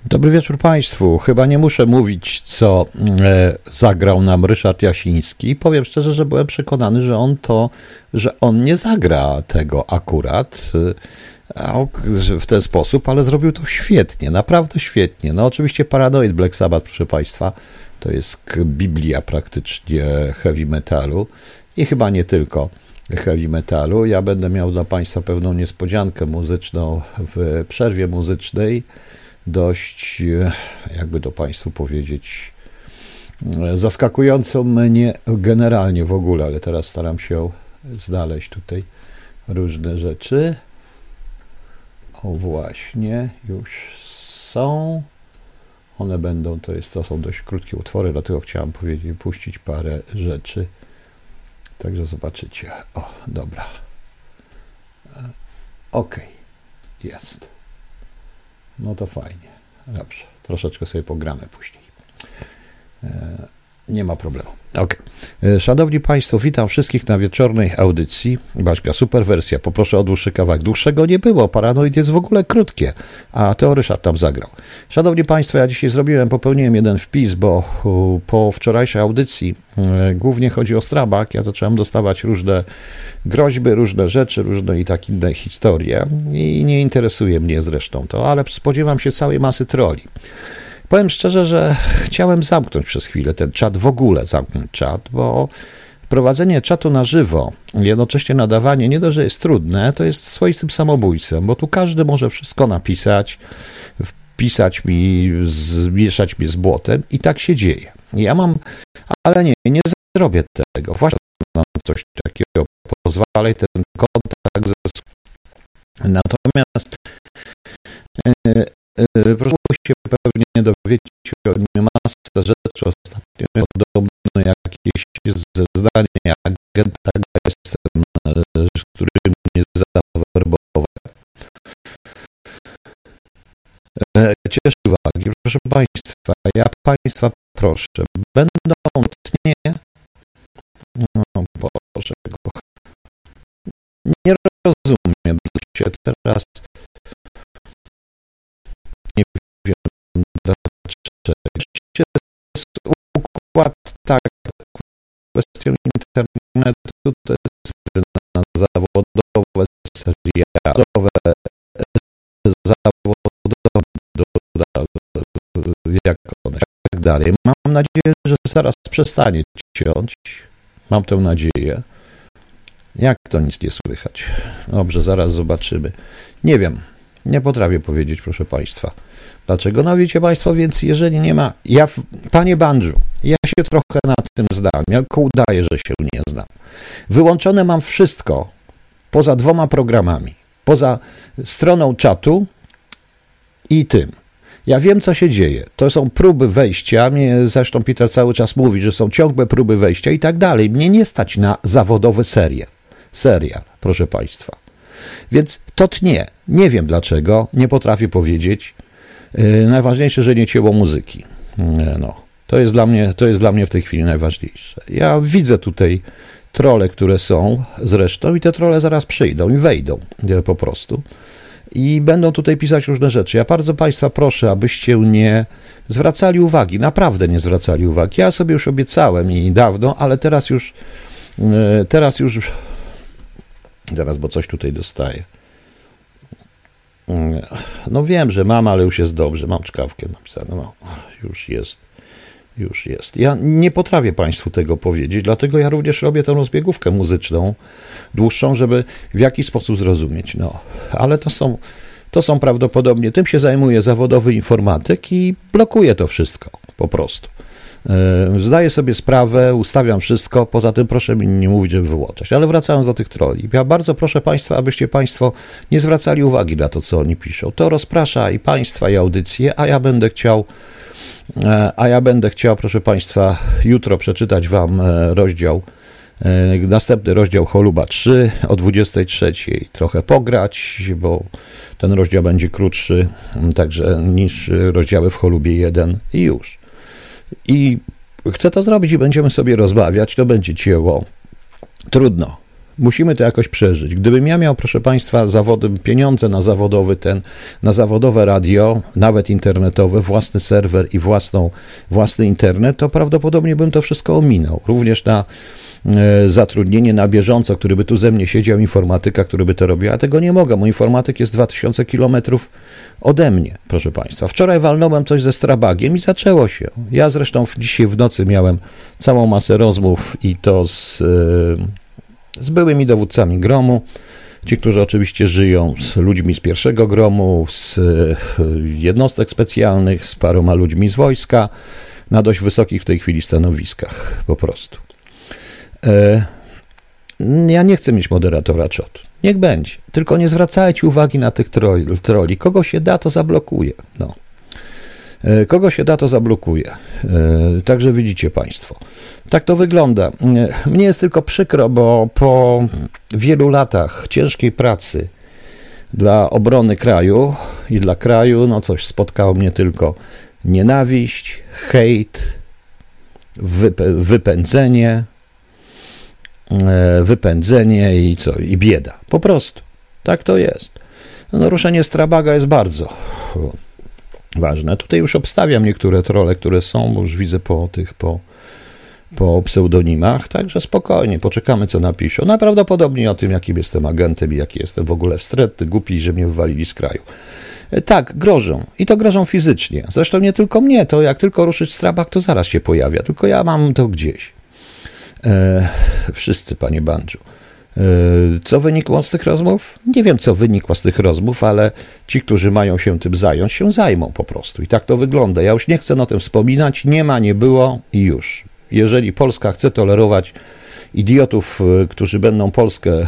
Dobry wieczór Państwu. Chyba nie muszę mówić, co zagrał nam Ryszard Jasiński. Powiem szczerze, że byłem przekonany, że on nie zagra tego akurat w ten sposób, ale zrobił to świetnie, naprawdę świetnie. No oczywiście Paranoid Black Sabbath, proszę Państwa, to jest Biblia praktycznie heavy metalu i chyba nie tylko heavy metalu. Ja będę miał dla Państwa pewną niespodziankę muzyczną w przerwie muzycznej. Dość, jakby to Państwu powiedzieć, zaskakującą mnie generalnie w ogóle, ale teraz staram się znaleźć tutaj różne rzeczy. O właśnie, już są. One będą, to są dość krótkie utwory, dlatego chciałem puścić parę rzeczy. Także zobaczycie. O, dobra. Okej, jest. No to fajnie. Dobrze. Troszeczkę sobie pogramy później. Nie ma problemu. Okay. Szanowni Państwo, witam wszystkich na wieczornej audycji. Baśka, super wersja. Poproszę o dłuższy kawałek. Dłuższego nie było. Paranoid jest w ogóle krótkie, a to Ryszard tam zagrał. Szanowni Państwo, ja dzisiaj popełniłem jeden wpis, bo po wczorajszej audycji głównie chodzi o Strabag. Ja zacząłem dostawać różne groźby, różne rzeczy, różne i tak inne historie i nie interesuje mnie zresztą to, ale spodziewam się całej masy troli. Powiem szczerze, że chciałem zamknąć przez chwilę ten czat, w ogóle zamknąć czat, bo prowadzenie czatu na żywo, jednocześnie nadawanie, nie dość, że jest trudne, to jest swoistym samobójcem, bo tu każdy może wszystko napisać, wpisać mi, zmieszać mnie z błotem i tak się dzieje. Ja mam, ale nie zrobię tego. Właśnie mam coś takiego, pozwalaj ten kontakt natomiast proszę się pewnie dowiedzieć o mnie masę rzeczy ostatnio, podobno jakieś zeznanie agenta jestem, który mnie zawerbował. Cieszę uwagi, proszę Państwa, ja Państwa proszę, będą tnie, no Boże, nie rozumiem się teraz. Nie wiem, dlaczego. Jest układ tak, kwestią internetu to jest na zawodowe, serialowe, jak one, tak dalej. Mam nadzieję, że zaraz przestanie ciąć. Mam tę nadzieję. Jak to nic nie słychać? Dobrze, zaraz zobaczymy. Nie wiem. Nie potrafię powiedzieć, proszę Państwa. Dlaczego? No wiecie Państwo, więc jeżeli nie ma... Panie Bandżu, ja się trochę na tym znam. Ja udaję, że się nie znam. Wyłączone mam wszystko poza 2 programami. Poza stroną czatu i tym. Ja wiem, co się dzieje. To są próby wejścia. Zresztą Peter cały czas mówi, że są ciągłe próby wejścia i tak dalej. Mnie nie stać na zawodowy serial, proszę Państwa. Więc to tnie. Nie wiem dlaczego, nie potrafię powiedzieć. Najważniejsze, że nie cięło muzyki. No, to jest dla mnie w tej chwili najważniejsze. Ja widzę tutaj trolle, które są zresztą i te trolle zaraz przyjdą i wejdą po prostu. I będą tutaj pisać różne rzeczy. Ja bardzo Państwa proszę, abyście nie zwracali uwagi, naprawdę nie zwracali uwagi. Ja sobie już obiecałem i dawno, ale teraz, bo coś tutaj dostaję. No wiem, że mam, ale już jest dobrze. Mam czkawkę napisane. No, już jest. Ja nie potrafię Państwu tego powiedzieć, dlatego ja również robię tę rozbiegówkę muzyczną dłuższą, żeby w jakiś sposób zrozumieć. No, ale to są prawdopodobnie, tym się zajmuje zawodowy informatyk i blokuje to wszystko po prostu. Zdaję sobie sprawę, ustawiam wszystko, poza tym proszę mi nie mówić, żeby wyłączać. Ale wracając do tych trolli, ja bardzo proszę Państwa, abyście Państwo nie zwracali uwagi na to, co oni piszą. To rozprasza i Państwa, i audycję, a ja będę chciał, proszę Państwa, jutro przeczytać Wam następny rozdział Choluba 3 o 23:00. Trochę pograć, bo ten rozdział będzie krótszy także niż rozdziały w Cholubie 1 i już. I chcę to zrobić i będziemy sobie rozmawiać, to będzie cięło. Trudno. Musimy to jakoś przeżyć. Gdybym ja miał, proszę Państwa, pieniądze na zawodowe radio, nawet internetowe, własny serwer i własny internet, to prawdopodobnie bym to wszystko ominął. Również na zatrudnienie na bieżąco, który by tu ze mnie siedział, informatyka, który by to robił. Ja tego nie mogę. Mój informatyk jest 2000 kilometrów ode mnie, proszę Państwa. Wczoraj walnąłem coś ze Strabagiem i zaczęło się. Ja zresztą dzisiaj w nocy miałem całą masę rozmów i to z byłymi dowódcami gromu, ci, którzy oczywiście żyją z ludźmi z pierwszego gromu, z jednostek specjalnych, z paroma ludźmi z wojska, na dość wysokich w tej chwili stanowiskach, po prostu. Ja nie chcę mieć moderatora czat. Niech będzie. Tylko nie zwracajcie uwagi na tych troli. Kogo się da, to zablokuje. No. Kogo się da, to zablokuje. Także widzicie Państwo. Tak to wygląda. Mnie jest tylko przykro, bo po wielu latach ciężkiej pracy dla obrony kraju i dla kraju, no coś spotkało mnie tylko nienawiść, hejt, wypędzenie i co? I bieda. Po prostu. Tak to jest. Naruszenie Strabaga jest bardzo ważne. Tutaj już obstawiam niektóre trole, które są, bo już widzę po pseudonimach, także spokojnie, poczekamy, co napiszą. Najprawdopodobniej o tym, jakim jestem agentem i jaki jestem w ogóle wstrętny, głupi, że mnie wywalili z kraju. Tak, grożą. I to grożą fizycznie. Zresztą nie tylko mnie, to jak tylko ruszyć Strabag, to zaraz się pojawia. Tylko ja mam to gdzieś. Wszyscy, panie Bandżu. Co wynikło z tych rozmów? Nie wiem, co wynikło z tych rozmów, ale ci, którzy mają się tym zająć, się zajmą po prostu. I tak to wygląda. Ja już nie chcę o tym wspominać. Nie ma, nie było i już. Jeżeli Polska chce tolerować idiotów, którzy będą Polskę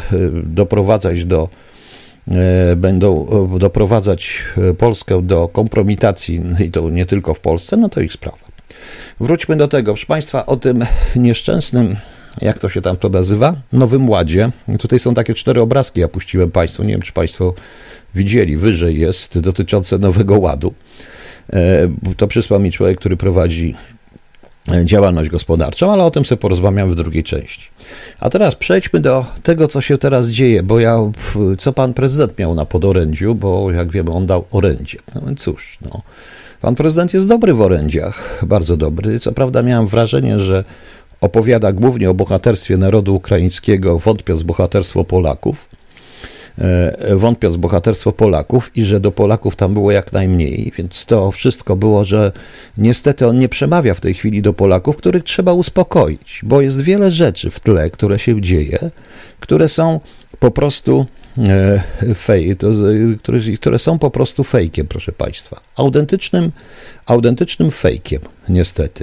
będą doprowadzać Polskę do kompromitacji, i to nie tylko w Polsce, no to ich sprawa. Wróćmy do tego, proszę Państwa, o tym nieszczęsnym, jak to się tam to nazywa, Nowym Ładzie. Tutaj są takie 4 obrazki, ja puściłem Państwu, nie wiem, czy Państwo widzieli, wyżej jest, dotyczące Nowego Ładu. To przysłał mi człowiek, który prowadzi działalność gospodarczą, ale o tym sobie porozmawiam w drugiej części. A teraz przejdźmy do tego, co się teraz dzieje, bo co pan prezydent miał na podorędziu, bo jak wiemy, on dał orędzie. No więc cóż, pan prezydent jest dobry w orędziach, bardzo dobry. Co prawda miałem wrażenie, że opowiada głównie o bohaterstwie narodu ukraińskiego, wątpiąc w bohaterstwo Polaków i że do Polaków tam było jak najmniej, więc to wszystko było, że niestety on nie przemawia w tej chwili do Polaków, których trzeba uspokoić, bo jest wiele rzeczy w tle, które się dzieje, które są po prostu które są po prostu fejkiem, proszę Państwa. Autentycznym fejkiem, niestety.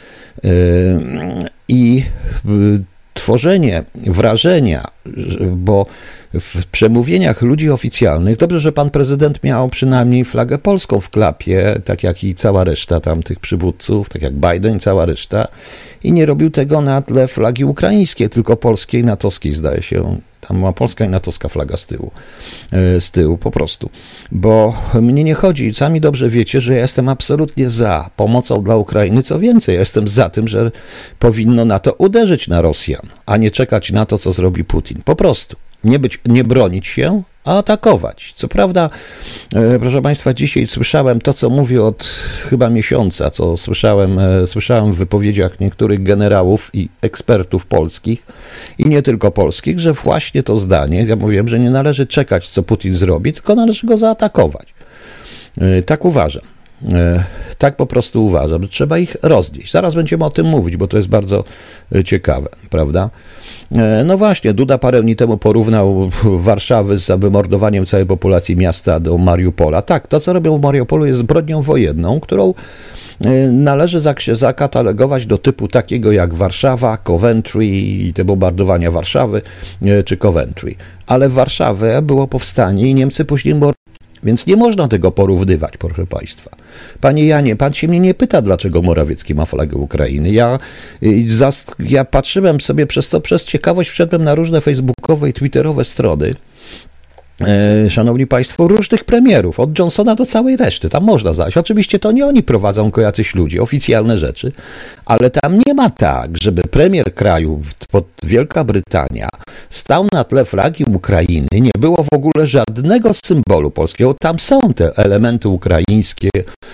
I tworzenie wrażenia, bo w przemówieniach ludzi oficjalnych, dobrze, że pan prezydent miał przynajmniej flagę polską w klapie, tak jak i cała reszta tam tych przywódców, tak jak Biden i cała reszta, i nie robił tego na tle flagi ukraińskiej, tylko polskiej, natowskiej, zdaje się. Tam ma polska i natowska flaga z tyłu po prostu. Bo mnie nie chodzi, sami dobrze wiecie, że ja jestem absolutnie za pomocą dla Ukrainy. Co więcej, ja jestem za tym, że powinno NATO uderzyć na Rosjan, a nie czekać na to, co zrobi Putin. Po prostu. Nie bronić się, a atakować. Co prawda, proszę Państwa, dzisiaj słyszałem to, co mówię od chyba miesiąca, co słyszałem w wypowiedziach niektórych generałów i ekspertów polskich i nie tylko polskich, że właśnie to zdanie, ja mówiłem, że nie należy czekać, co Putin zrobi, tylko należy go zaatakować. Tak uważam. Tak po prostu uważam, że trzeba ich roznieść. Zaraz będziemy o tym mówić, bo to jest bardzo ciekawe, prawda? No właśnie, Duda parę dni temu porównał Warszawy z wymordowaniem całej populacji miasta do Mariupola. Tak, to co robią w Mariupolu jest zbrodnią wojenną, którą należy zakatalogować do typu takiego jak Warszawa, Coventry i te bombardowania Warszawy czy Coventry. Ale w Warszawie było powstanie i Niemcy później więc nie można tego porównywać, proszę Państwa. Panie Janie, pan się mnie nie pyta, dlaczego Morawiecki ma flagę Ukrainy. Ja patrzyłem sobie przez ciekawość, wszedłem na różne facebookowe i twitterowe strony szanowni państwo, różnych premierów, od Johnsona do całej reszty. Tam można zajść. Oczywiście to nie oni prowadzą, tylko jacyś ludzie, oficjalne rzeczy, ale tam nie ma tak, żeby premier kraju, Wielka Brytania, stał na tle flagi Ukrainy, nie było w ogóle żadnego symbolu polskiego. Tam są te elementy ukraińskie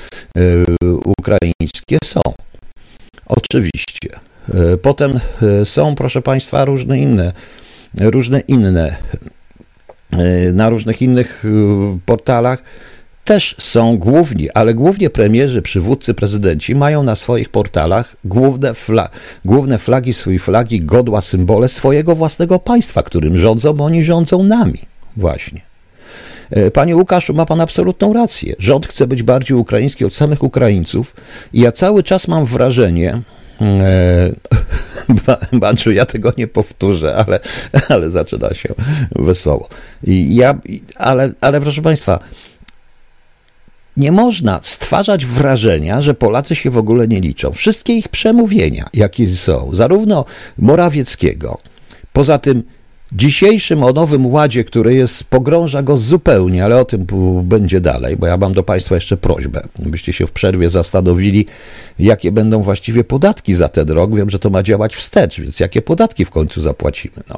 są. Oczywiście. Potem są, proszę państwa, różne inne na różnych innych portalach też są głównie premierzy, przywódcy, prezydenci mają na swoich portalach główne flagi, swoje flagi, godła, symbole swojego własnego państwa, którym rządzą, bo oni rządzą nami właśnie. Panie Łukaszu, ma pan absolutną rację. Rząd chce być bardziej ukraiński od samych Ukraińców i ja cały czas mam wrażenie, Bandżu, ja tego nie powtórzę, ale zaczyna się wesoło. Ale proszę państwa, nie można stwarzać wrażenia, że Polacy się w ogóle nie liczą. Wszystkie ich przemówienia, jakie są, zarówno Morawieckiego, poza tym dzisiejszym o Nowym Ładzie, który pogrąża go zupełnie, ale o tym będzie dalej, bo ja mam do państwa jeszcze prośbę, byście się w przerwie zastanowili, jakie będą właściwie podatki za ten rok. Wiem, że to ma działać wstecz, więc jakie podatki w końcu zapłacimy. No.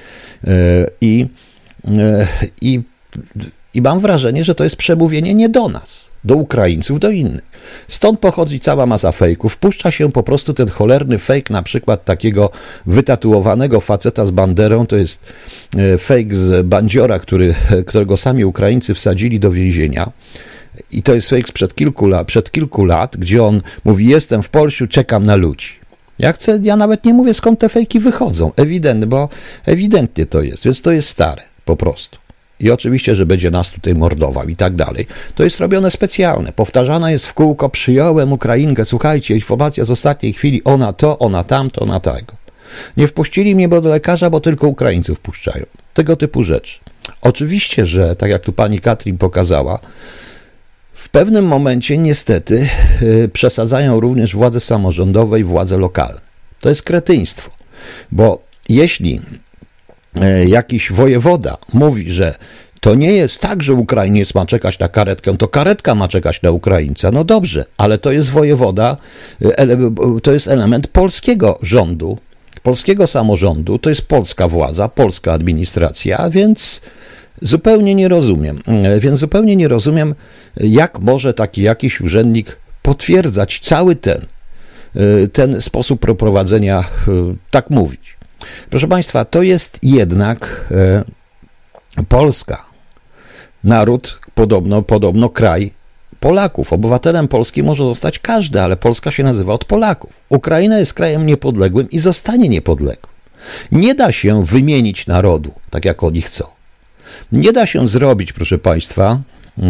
I mam wrażenie, że to jest przemówienie nie do nas, do Ukraińców, do innych. Stąd pochodzi cała masa fejków. Wpuszcza się po prostu ten cholerny fejk, na przykład takiego wytatuowanego faceta z banderą. To jest fejk z bandziora, którego sami Ukraińcy wsadzili do więzienia. I to jest fejk przed kilku lat, gdzie on mówi: jestem w Polsce, czekam na ludzi. Ja nawet nie mówię, skąd te fejki wychodzą. Bo ewidentnie to jest, więc to jest stare po prostu. I oczywiście, że będzie nas tutaj mordował i tak dalej. To jest robione specjalne. Powtarzana jest w kółko: przyjąłem Ukrainkę, słuchajcie, informacja z ostatniej chwili, ona to, ona tamto, ona tego. Nie wpuścili mnie do lekarza, bo tylko Ukraińców puszczają. Tego typu rzeczy. Oczywiście, że tak jak tu pani Katrin pokazała, w pewnym momencie niestety przesadzają również władze samorządowe i władze lokalne. To jest kretyństwo, bo jeśli jakiś wojewoda mówi, że to nie jest tak, że Ukrainiec ma czekać na karetkę, to karetka ma czekać na Ukraińca. No dobrze, ale to jest wojewoda, to jest element polskiego rządu, polskiego samorządu, to jest polska władza, polska administracja, więc zupełnie nie rozumiem, jak może taki jakiś urzędnik potwierdzać cały ten sposób prowadzenia, tak mówić. Proszę państwa, to jest jednak Polska. Naród, podobno kraj Polaków. Obywatelem Polski może zostać każdy, ale Polska się nazywa od Polaków. Ukraina jest krajem niepodległym i zostanie niepodległym. Nie da się wymienić narodu, tak jak oni chcą. Nie da się zrobić, proszę państwa,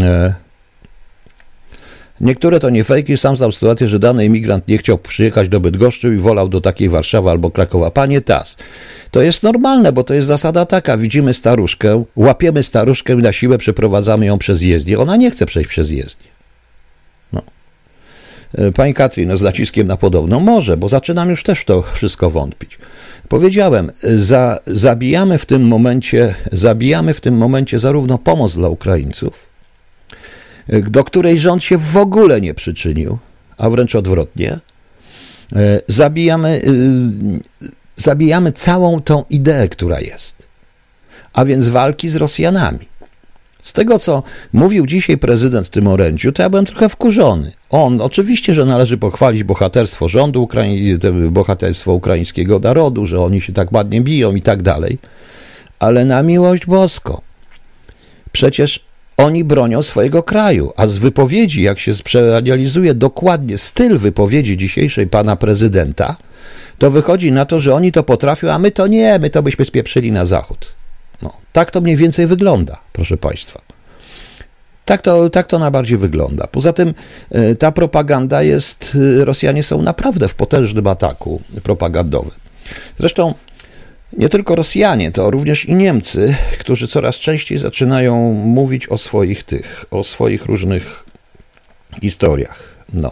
niektóre to nie fejki, sam znam sytuację, że dany imigrant nie chciał przyjechać do Bydgoszczy i wolał do takiej Warszawy albo Krakowa. Panie Tas, to jest normalne, bo to jest zasada taka: widzimy staruszkę, łapiemy staruszkę i na siłę przeprowadzamy ją przez jezdnię. Ona nie chce przejść przez jezdnię. No. Pani Katrin, z naciskiem na podobno, może, bo zaczynam już też w to wszystko wątpić. Powiedziałem, zabijamy w tym momencie zarówno pomoc dla Ukraińców, do której rząd się w ogóle nie przyczynił, a wręcz odwrotnie. Zabijamy całą tą ideę, która jest, a więc walki z Rosjanami. Z tego, co mówił dzisiaj prezydent w tym orędziu, to ja byłem trochę wkurzony. Oczywiście, że należy pochwalić bohaterstwo rządu, bohaterstwo ukraińskiego narodu, że oni się tak ładnie biją i tak dalej, ale na miłość boską. Przecież oni bronią swojego kraju, a z wypowiedzi, jak się przeanalizuje dokładnie styl wypowiedzi dzisiejszej pana prezydenta, to wychodzi na to, że oni to potrafią, a my to nie, my to byśmy spieprzyli na zachód. No, tak to mniej więcej wygląda, proszę państwa. Tak to najbardziej wygląda. Poza tym ta propaganda jest, Rosjanie są naprawdę w potężnym ataku propagandowym. Zresztą nie tylko Rosjanie, to również i Niemcy, którzy coraz częściej zaczynają mówić o swoich różnych historiach. No.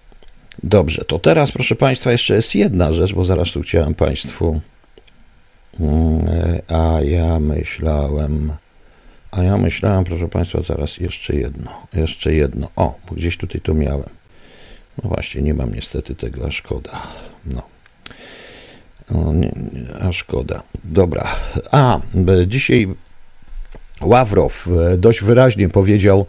Dobrze, to teraz, proszę państwa, jeszcze jest jedna rzecz, bo zaraz tu chciałem państwu A ja myślałem, proszę Państwa, zaraz jeszcze jedno. O, bo gdzieś tutaj to miałem. No właśnie, nie mam niestety tego, a szkoda. No. A szkoda. Dobra. Dzisiaj Ławrow dość wyraźnie powiedział,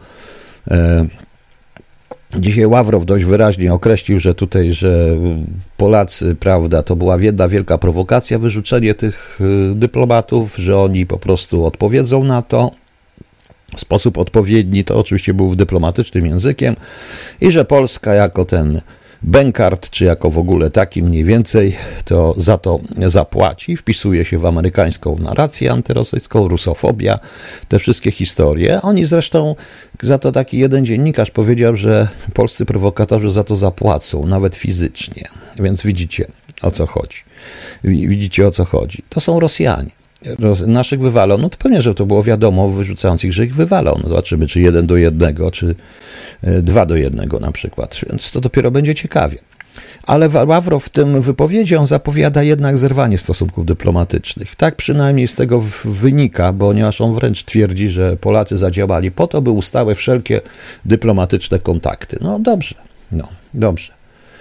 określił, że Polacy, prawda, to była jedna wielka prowokacja, wyrzucenie tych dyplomatów, że oni po prostu odpowiedzą na to w sposób odpowiedni, to oczywiście był dyplomatycznym językiem, i że Polska jako ten bankart, czy jako w ogóle taki mniej więcej, to za to zapłaci, wpisuje się w amerykańską narrację antyrosyjską, rusofobia, te wszystkie historie. Oni zresztą, za to taki jeden dziennikarz powiedział, że polscy prowokatorzy za to zapłacą, nawet fizycznie. Więc widzicie, o co chodzi. To są Rosjanie. Naszych wywalą, no to pewnie, że to było wiadomo wyrzucających, że ich wywalą. No zobaczymy, czy 1:1, czy 2:1 na przykład, więc to dopiero będzie ciekawie. Ale Ławrow w tym wypowiedzią zapowiada jednak zerwanie stosunków dyplomatycznych. Tak przynajmniej z tego wynika, ponieważ on wręcz twierdzi, że Polacy zadziałali po to, by ustały wszelkie dyplomatyczne kontakty. No dobrze.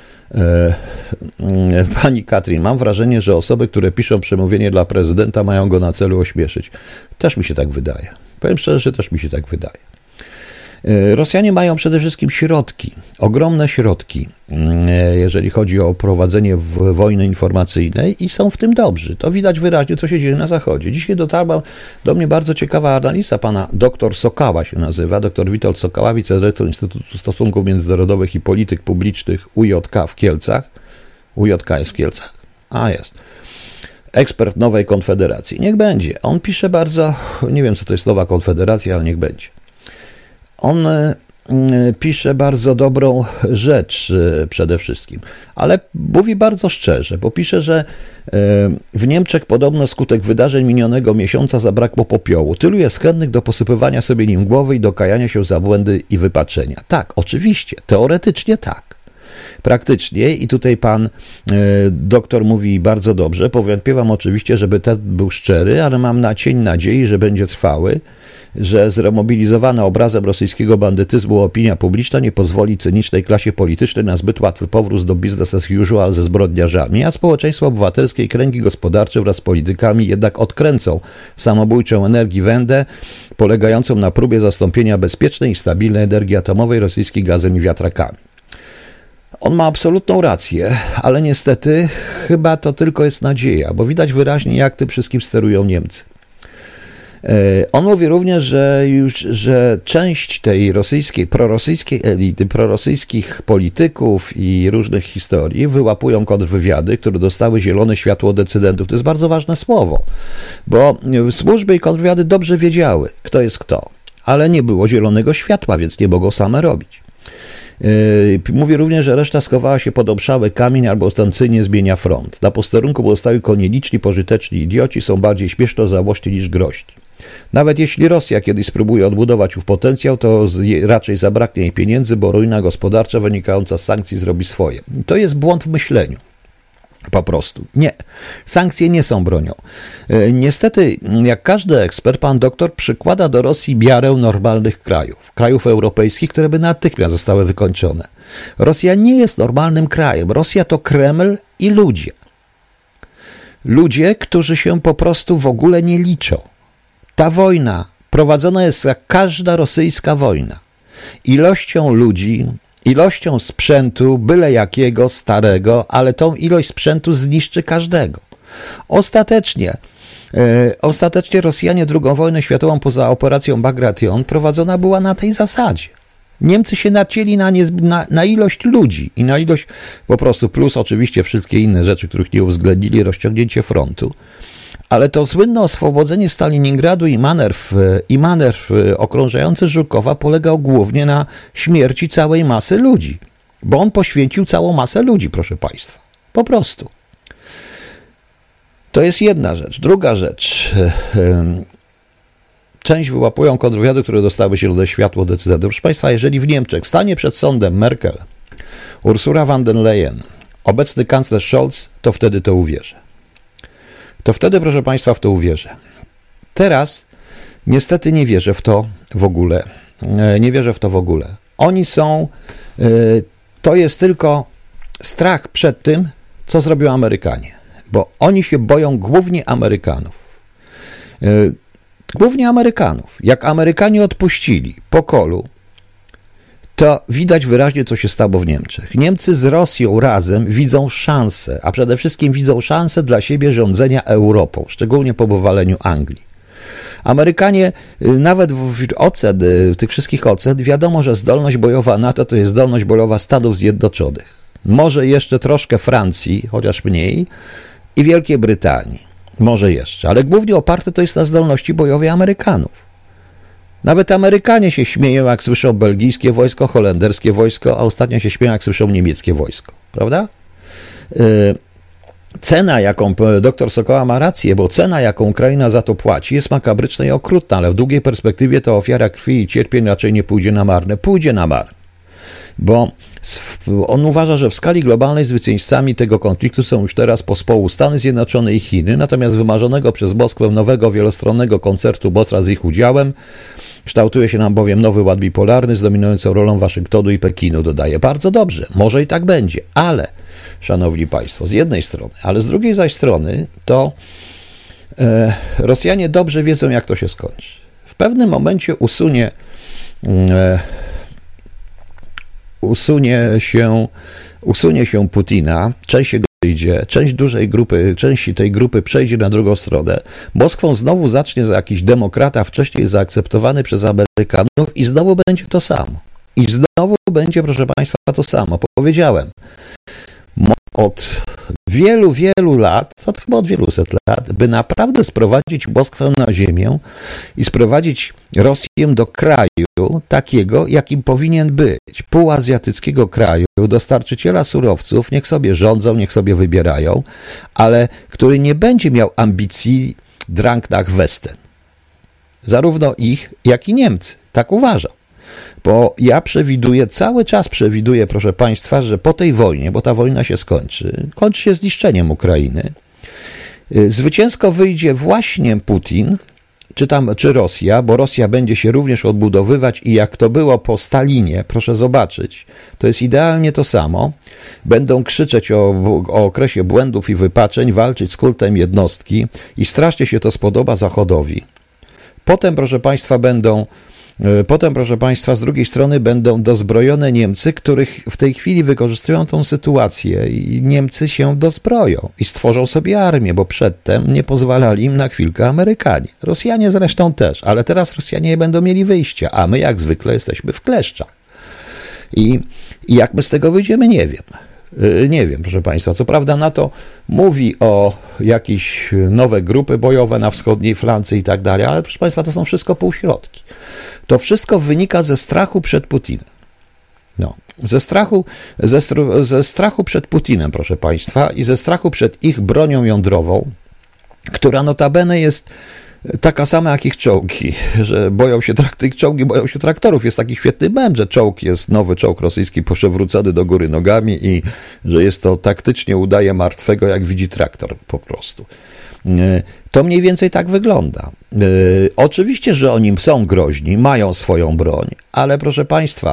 Pani Katrin, mam wrażenie, że osoby, które piszą przemówienie dla prezydenta, mają go na celu ośmieszyć. Też mi się tak wydaje. Powiem szczerze, że też mi się tak wydaje. Rosjanie mają przede wszystkim środki, ogromne środki, jeżeli chodzi o prowadzenie wojny informacyjnej, i są w tym dobrzy. To widać wyraźnie, co się dzieje na Zachodzie. Dzisiaj dotarła do mnie bardzo ciekawa analiza pana doktor Sokała się nazywa, dr Witold Sokała, wicedyrektor Instytutu Stosunków Międzynarodowych i Polityk Publicznych UJK w Kielcach. UJK jest w Kielcach? Jest. Ekspert Nowej Konfederacji. Niech będzie. On pisze bardzo, nie wiem co to jest Nowa Konfederacja, ale niech będzie. On pisze bardzo dobrą rzecz przede wszystkim, ale mówi bardzo szczerze, bo pisze, że w Niemczech podobno skutek wydarzeń minionego miesiąca zabrakło popiołu. Tylu jest chętnych do posypywania sobie nim głowy i do kajania się za błędy i wypaczenia. Tak, oczywiście, teoretycznie tak. Praktycznie, i tutaj pan doktor mówi bardzo dobrze, powątpiewam oczywiście, żeby ten był szczery, ale mam cień nadziei, że będzie trwały, że zremobilizowana obrazem rosyjskiego bandytyzmu opinia publiczna nie pozwoli cynicznej klasie politycznej na zbyt łatwy powrót do business as usual ze zbrodniarzami, a społeczeństwo obywatelskie i kręgi gospodarcze wraz z politykami jednak odkręcą samobójczą energiewende polegającą na próbie zastąpienia bezpiecznej i stabilnej energii atomowej rosyjskiej gazem i wiatrakami. On ma absolutną rację, ale niestety chyba to tylko jest nadzieja, bo widać wyraźnie, jak tym wszystkim sterują Niemcy. On mówi również, że część tej prorosyjskiej elity, prorosyjskich polityków i różnych historii wyłapują kontrwywiady, które dostały zielone światło od decydentów. To jest bardzo ważne słowo, bo służby i kontrwywiady dobrze wiedziały, kto jest kto, ale nie było zielonego światła, więc nie mogą same robić. Mówi również, że reszta schowała się pod obszały kamień albo ostancyjnie zmienia front. Na posterunku pozostały konieliczni, pożyteczni idioci, są bardziej śmieszno-żałośni niż groźni. Nawet jeśli Rosja kiedyś spróbuje odbudować ów potencjał, to raczej zabraknie jej pieniędzy, bo ruina gospodarcza wynikająca z sankcji zrobi swoje. To jest błąd w myśleniu. Po prostu. Nie. Sankcje nie są bronią. Niestety, jak każdy ekspert, pan doktor przykłada do Rosji miarę normalnych krajów europejskich, które by natychmiast zostały wykończone. Rosja nie jest normalnym krajem. Rosja to Kreml i ludzie. Ludzie, którzy się po prostu w ogóle nie liczą. Ta wojna prowadzona jest jak każda rosyjska wojna. Ilością ludzi, ilością sprzętu, byle jakiego, starego, ale tą ilość sprzętu zniszczy każdego. Ostatecznie Rosjanie II wojnę światową poza operacją Bagration prowadzona była na tej zasadzie. Niemcy się nacięli na ilość ludzi i na ilość po prostu, plus oczywiście wszystkie inne rzeczy, których nie uwzględnili, rozciągnięcie frontu. Ale to słynne oswobodzenie Stalingradu i manewr okrążający Żukowa polegał głównie na śmierci całej masy ludzi, bo on poświęcił całą masę ludzi, proszę Państwa. Po prostu. To jest jedna rzecz. Druga rzecz. Część wyłapują kontrwywiady, które dostały zielone światło decydentów. Proszę Państwa, jeżeli w Niemczech stanie przed sądem Merkel, Ursula von der Leyen, obecny kanclerz Scholz, to wtedy to uwierzę. to wtedy, proszę Państwa, w to uwierzę. Teraz niestety nie wierzę w to w ogóle. Nie wierzę w to w ogóle. Oni są, to jest tylko strach przed tym, co zrobią Amerykanie, bo oni się boją głównie Amerykanów. Głównie Amerykanów. Jak Amerykanie odpuścili po Kolu, to widać wyraźnie, co się stało w Niemczech. Niemcy z Rosją razem widzą szansę, a przede wszystkim widzą szansę dla siebie rządzenia Europą, szczególnie po powaleniu Anglii. Amerykanie, nawet w tych wszystkich ocen, wiadomo, że zdolność bojowa NATO to jest zdolność bojowa Stanów Zjednoczonych. Może jeszcze troszkę Francji, chociaż mniej, i Wielkiej Brytanii. Może jeszcze, ale głównie oparte to jest na zdolności bojowej Amerykanów. Nawet Amerykanie się śmieją, jak słyszą belgijskie wojsko, holenderskie wojsko, a ostatnio się śmieją, jak słyszą niemieckie wojsko. Prawda? Cena, jaką doktor Sokoła ma rację, bo cena, jaką Ukraina za to płaci, jest makabryczna i okrutna, ale w długiej perspektywie ta ofiara krwi i cierpień raczej nie pójdzie na marne. Pójdzie na marne. Bo on uważa, że w skali globalnej zwycięzcami tego konfliktu są już teraz pospołu Stany Zjednoczone i Chiny, natomiast wymarzonego przez Moskwę nowego, wielostronnego koncertu Botra z ich udziałem kształtuje się nam bowiem nowy ład bipolarny z dominującą rolą Waszyngtonu i Pekinu, dodaje. Bardzo dobrze, może i tak będzie, ale, szanowni państwo, z jednej strony, ale z drugiej zaś strony, to Rosjanie dobrze wiedzą, jak to się skończy. W pewnym momencie usunie się Putina, część jego wyjdzie, część tej grupy przejdzie na drugą stronę. Moskwą znowu zacznie za jakiś demokrata, wcześniej zaakceptowany przez Amerykanów i znowu będzie to samo. I znowu będzie, proszę Państwa, to samo. Powiedziałem, od wielu, wielu lat, chyba od wielu set lat, by naprawdę sprowadzić Moskwę na ziemię i sprowadzić Rosję do kraju takiego, jakim powinien być. Półazjatyckiego kraju, dostarczyciela surowców, niech sobie rządzą, niech sobie wybierają, ale który nie będzie miał ambicji Drang nach Westen. Zarówno ich, jak i Niemcy. Tak uważam. Bo ja cały czas przewiduję, proszę Państwa, że po tej wojnie, bo ta wojna się kończy się zniszczeniem Ukrainy, zwycięsko wyjdzie właśnie Putin, czy Rosja, bo Rosja będzie się również odbudowywać i jak to było po Stalinie, proszę zobaczyć, to jest idealnie to samo, będą krzyczeć o okresie błędów i wypaczeń, walczyć z kultem jednostki i strasznie się to spodoba Zachodowi. Potem, proszę Państwa, z drugiej strony będą dozbrojone Niemcy, których w tej chwili wykorzystują tą sytuację i Niemcy się dozbroją i stworzą sobie armię, bo przedtem nie pozwalali im na chwilkę Amerykanie. Rosjanie zresztą też, ale teraz Rosjanie będą mieli wyjście, a my jak zwykle jesteśmy w kleszczach. I jak my z tego wyjdziemy, nie wiem. Nie wiem, proszę Państwa. Co prawda NATO mówi o jakieś nowe grupy bojowe na wschodniej flance i tak dalej, ale proszę Państwa, to są wszystko półśrodki. To wszystko wynika ze strachu przed Putinem. No, ze strachu przed Putinem, proszę Państwa, i ze strachu przed ich bronią jądrową, która notabene jest taka sama jak ich czołgi, że ich czołgi boją się traktorów. Jest taki świetny mem, że nowy czołg rosyjski przewrócony do góry nogami i że jest to taktycznie udaje martwego, jak widzi traktor po prostu. To mniej więcej tak wygląda. Oczywiście, że oni są groźni, mają swoją broń, ale proszę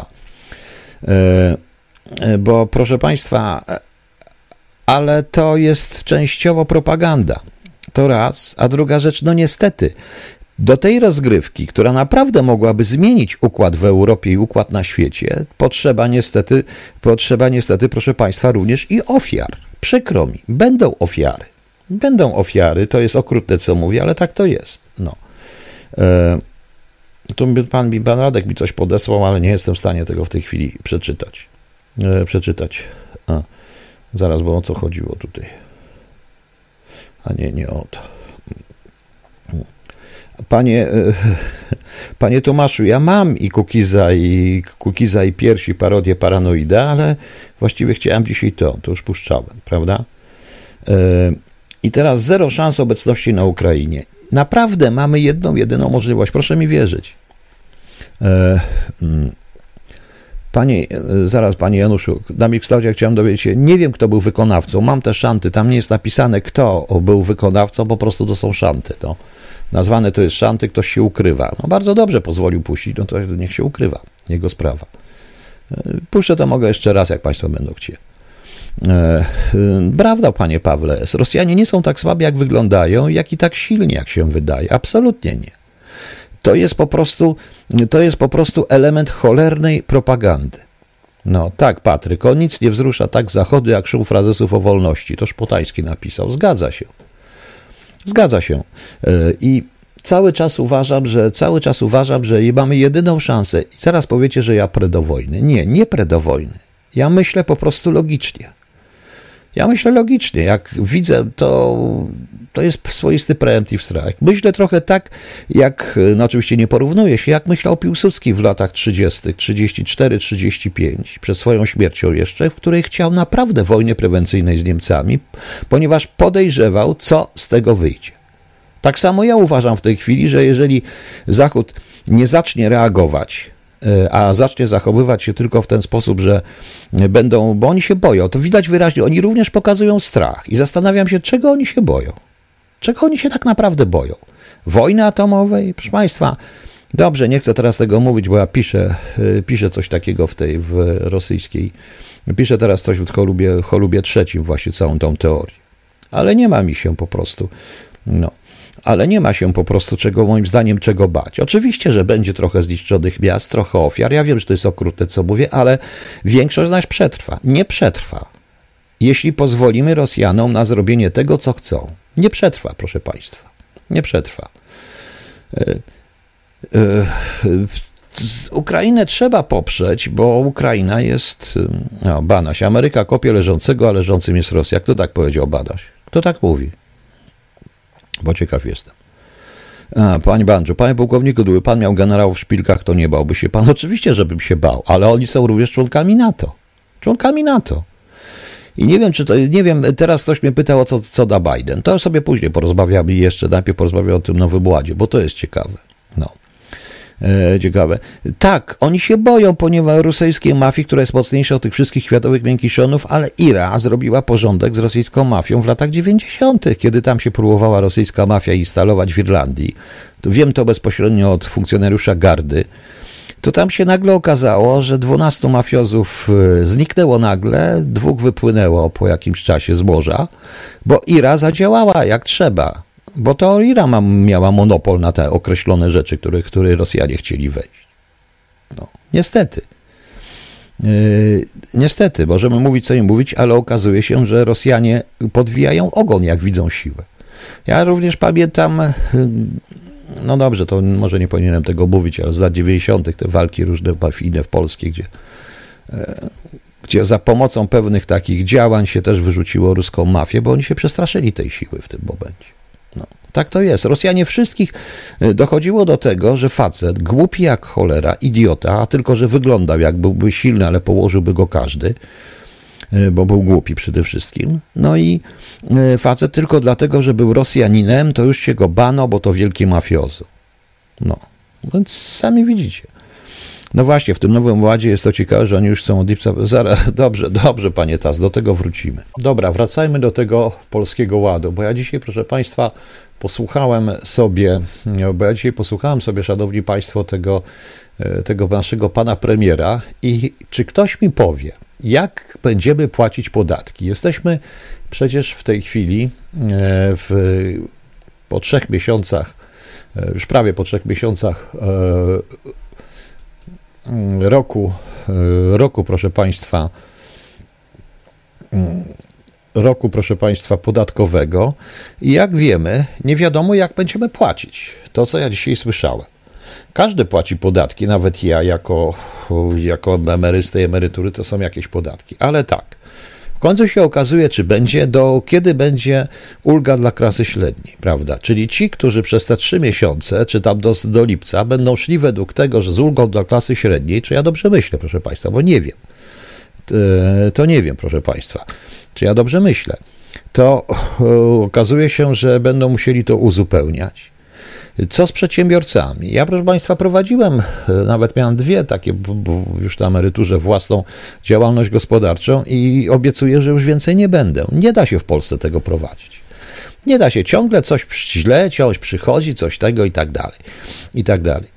Państwa, ale to jest częściowo propaganda. To raz, a druga rzecz, no niestety, do tej rozgrywki, która naprawdę mogłaby zmienić układ w Europie i układ na świecie, potrzeba niestety, proszę Państwa, również i ofiar. Przykro mi, będą ofiary, to jest okrutne, co mówię, ale tak to jest. No. Tu pan Radek mi coś podesłał, ale nie jestem w stanie tego w tej chwili przeczytać. Zaraz, bo o co chodziło tutaj? A nie o to. Panie Tomaszu, ja mam i Kukiza i Piersi, parodię Paranoida, ale właściwie chciałem dzisiaj to już puszczałem, prawda? I teraz zero szans obecności na Ukrainie. Naprawdę mamy jedną, jedyną możliwość, proszę mi wierzyć. Zaraz, panie Januszu, na Mixcloudzie chciałem dowiedzieć się, nie wiem, kto był wykonawcą, mam te szanty, tam nie jest napisane, kto był wykonawcą, po prostu to są szanty, to nazwane to jest szanty, ktoś się ukrywa. No bardzo dobrze pozwolił puścić, no to niech się ukrywa, jego sprawa. Puszczę to mogę jeszcze raz, jak państwo będą chcieli. Prawda, panie Pawle, Rosjanie nie są tak słabi, jak wyglądają, jak i tak silni, jak się wydaje. Absolutnie nie. To jest po prostu element cholernej propagandy. No tak, Patryk, on nic nie wzrusza tak Zachodu, jak szum frazesów o wolności. To Szpotański napisał. Zgadza się. I cały czas uważam, że mamy jedyną szansę. I zaraz powiecie, że ja prę do wojny. Nie prę do wojny. Ja myślę po prostu logicznie. Jak widzę, to jest swoisty preemptive strike. Myślę trochę tak, jak, no oczywiście nie porównuję się, jak myślał Piłsudski w latach 30., 34-35, przed swoją śmiercią jeszcze, w której chciał naprawdę wojny prewencyjnej z Niemcami, ponieważ podejrzewał, co z tego wyjdzie. Tak samo ja uważam w tej chwili, że jeżeli Zachód nie zacznie reagować, a zacznie zachowywać się tylko w ten sposób, że bo oni się boją, to widać wyraźnie, oni również pokazują strach i zastanawiam się, czego oni się boją. Czego oni się tak naprawdę boją? Wojny atomowej? Proszę państwa, dobrze, nie chcę teraz tego mówić, bo ja piszę coś takiego w rosyjskiej, piszę teraz coś w Cholubie III, właśnie całą tą teorię. Ale nie ma mi się po prostu, czego, moim zdaniem, czego bać. Oczywiście, że będzie trochę zniszczonych miast, trochę ofiar. Ja wiem, że to jest okrutne, co mówię, ale większość z nas przetrwa. Nie przetrwa. Jeśli pozwolimy Rosjanom na zrobienie tego, co chcą. Nie przetrwa, proszę państwa. Nie przetrwa. Ukrainę trzeba poprzeć, bo Ukraina jest... Banaś. Ameryka kopie leżącego, a leżącym jest Rosja. Kto tak powiedział, Banaś? Kto tak mówi? Bo ciekaw jestem. Panie Bandżu, panie pułkowniku, gdyby pan miał generałów w szpilkach, to nie bałby się pan? Oczywiście, żebym się bał, ale oni są również członkami NATO. I nie wiem, teraz ktoś mnie pytał, co da Biden. To sobie później porozmawiamy jeszcze, najpierw porozmawiamy o tym Nowym Ładzie, bo to jest ciekawe. Ciekawe. Tak, oni się boją, ponieważ rosyjskiej mafii, która jest mocniejsza od tych wszystkich światowych miękiszonów, ale IRA zrobiła porządek z rosyjską mafią w latach 90., kiedy tam się próbowała rosyjska mafia instalować w Irlandii. To wiem to bezpośrednio od funkcjonariusza gardy. To tam się nagle okazało, że 12 mafiozów zniknęło nagle, 2 wypłynęło po jakimś czasie z morza, bo IRA zadziałała jak trzeba. Bo to IRA miała monopol na te określone rzeczy, które Rosjanie chcieli wejść. Niestety. Niestety, możemy mówić, co im mówić, ale okazuje się, że Rosjanie podwijają ogon, jak widzą siłę. Ja również pamiętam, no dobrze, to może nie powinienem tego mówić, ale z lat 90. te walki różne mafijne w Polsce, gdzie za pomocą pewnych takich działań się też wyrzuciło ruską mafię, bo oni się przestraszyli tej siły w tym momencie. Tak to jest. Rosjanie wszystkich dochodziło do tego, że facet, głupi jak cholera, idiota, a tylko, że wyglądał jak byłby silny, ale położyłby go każdy, bo był głupi przede wszystkim. No i facet tylko dlatego, że był Rosjaninem, to już się go bano, bo to wielki mafiozo. Więc sami widzicie. No właśnie, w tym Nowym Ładzie jest to ciekawe, że oni już chcą od lipca... Dobrze, panie Tas, do tego wrócimy. Dobra, wracajmy do tego Polskiego Ładu, bo ja dzisiaj, proszę państwa, posłuchałem sobie, szanowni państwo, tego naszego pana premiera i czy ktoś mi powie, jak będziemy płacić podatki? Jesteśmy przecież w tej chwili po 3 miesiącach, już prawie po 3 miesiącach roku, proszę państwa, podatkowego i jak wiemy, nie wiadomo, jak będziemy płacić. To, co ja dzisiaj słyszałem. Każdy płaci podatki, nawet ja jako emerysta i emerytury, to są jakieś podatki. Ale tak, w końcu się okazuje, kiedy będzie ulga dla klasy średniej, prawda? Czyli ci, którzy przez te 3 miesiące, czy tam do lipca, będą szli według tego, że z ulgą dla klasy średniej, czy ja dobrze myślę, proszę państwa, bo nie wiem. To nie wiem, proszę państwa, czy ja dobrze myślę. To okazuje się, że będą musieli to uzupełniać. Co z przedsiębiorcami? Ja, proszę Państwa, prowadziłem, nawet miałem dwie takie, już na emeryturze, własną działalność gospodarczą i obiecuję, że już więcej nie będę. Nie da się w Polsce tego prowadzić. Nie da się. Ciągle coś źle, coś przychodzi, coś tego i tak dalej. I tak dalej.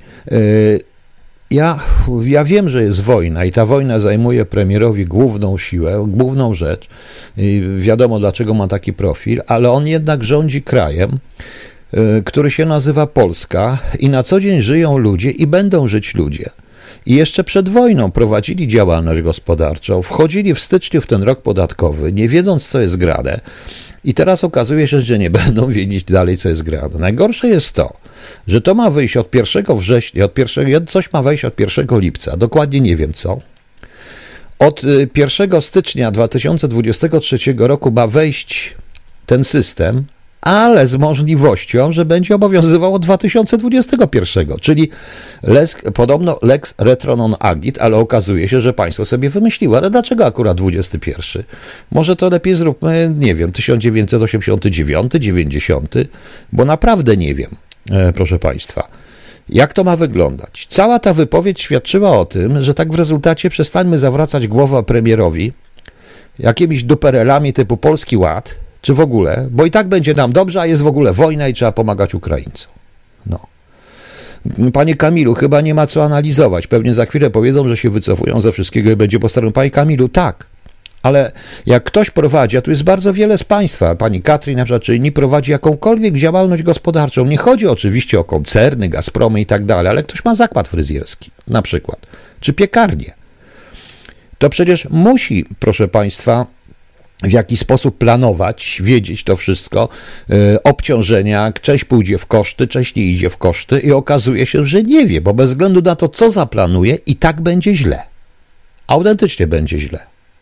Ja wiem, że jest wojna i ta wojna zajmuje premierowi główną siłę, główną rzecz. I wiadomo, dlaczego ma taki profil, ale on jednak rządzi krajem, który się nazywa Polska i na co dzień żyją ludzie i będą żyć ludzie. I jeszcze przed wojną prowadzili działalność gospodarczą, wchodzili w styczniu w ten rok podatkowy, nie wiedząc, co jest grane. I teraz okazuje się, że nie będą wiedzieć dalej, co jest grane. Najgorsze jest to, że to ma wyjść od 1 września, coś ma wejść od 1 lipca, dokładnie nie wiem co. Od 1 stycznia 2023 roku ma wejść ten system, ale z możliwością, że będzie obowiązywał od 2021, czyli podobno lex retro non agit, ale okazuje się, że państwo sobie wymyśliło. Ale dlaczego akurat 21? Może to lepiej zróbmy, nie wiem, 1989, 90, bo naprawdę nie wiem, proszę państwa. Jak to ma wyglądać? Cała ta wypowiedź świadczyła o tym, że tak w rezultacie przestańmy zawracać głowę premierowi jakimiś duperelami typu Polski Ład, czy w ogóle, bo i tak będzie nam dobrze, a jest w ogóle wojna i trzeba pomagać Ukraińcom. No. Panie Kamilu, chyba nie ma co analizować. Pewnie za chwilę powiedzą, że się wycofują ze wszystkiego i będzie po staremu. Panie Kamilu, tak. Ale jak ktoś prowadzi, a tu jest bardzo wiele z państwa, pani Katrin na przykład, czy inni prowadzi jakąkolwiek działalność gospodarczą, nie chodzi oczywiście o koncerny, Gazpromy i tak dalej, ale ktoś ma zakład fryzjerski na przykład, czy piekarnię, to przecież musi, proszę państwa, w jaki sposób planować, wiedzieć to wszystko, obciążenia, część pójdzie w koszty, część nie idzie w koszty i okazuje się, że nie wie, bo bez względu na to, co zaplanuje, i tak będzie źle. Autentycznie będzie źle.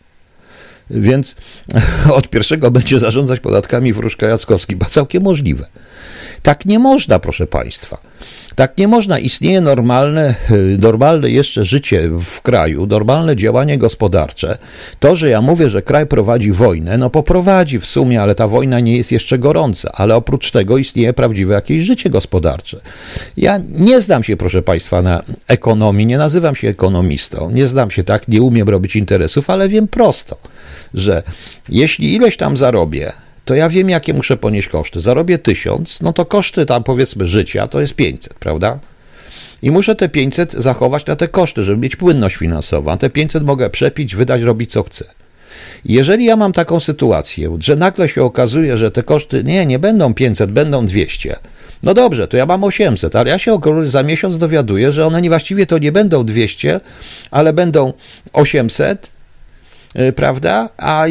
Więc od 1 będzie zarządzać podatkami Wróżka Jackowski, bo całkiem możliwe. Tak nie można, proszę państwa. Tak nie można. Istnieje normalne jeszcze życie w kraju, normalne działanie gospodarcze. To, że ja mówię, że kraj prowadzi wojnę, no poprowadzi w sumie, ale ta wojna nie jest jeszcze gorąca. Ale oprócz tego istnieje prawdziwe jakieś życie gospodarcze. Ja nie znam się, proszę państwa, na ekonomii, nie nazywam się ekonomistą, nie znam się tak, nie umiem robić interesów, ale wiem prosto, że jeśli ileś tam zarobię, to ja wiem, jakie muszę ponieść koszty. Zarobię 1000, no to koszty tam, powiedzmy, życia to jest 500, prawda? I muszę te 500 zachować na te koszty, żeby mieć płynność finansową. Te 500 mogę przepić, wydać, robić co chcę. Jeżeli ja mam taką sytuację, że nagle się okazuje, że te koszty nie będą 500, będą 200, no dobrze, to ja mam 800, ale ja się za miesiąc dowiaduję, że one właściwie to nie będą 200, ale będą 800, prawda? A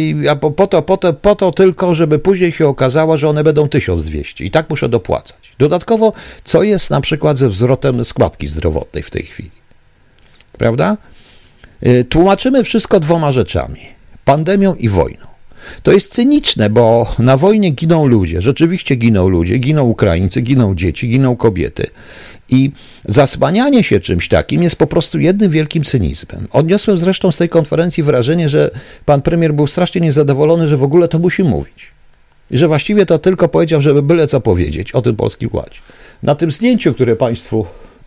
po to tylko, żeby później się okazało, że one będą 1200 i tak muszę dopłacać. Dodatkowo, co jest na przykład ze wzrostem składki zdrowotnej w tej chwili? Prawda? Tłumaczymy wszystko 2 rzeczami. Pandemią i wojną. To jest cyniczne, bo na wojnie giną ludzie, rzeczywiście giną ludzie, giną Ukraińcy, giną dzieci, giną kobiety. I zasłanianie się czymś takim jest po prostu jednym wielkim cynizmem. Odniosłem zresztą z tej konferencji wrażenie, że pan premier był strasznie niezadowolony, że w ogóle to musi mówić. I że właściwie to tylko powiedział, żeby byle co powiedzieć o tym Polskim Ładzie. Na tym zdjęciu, które państwu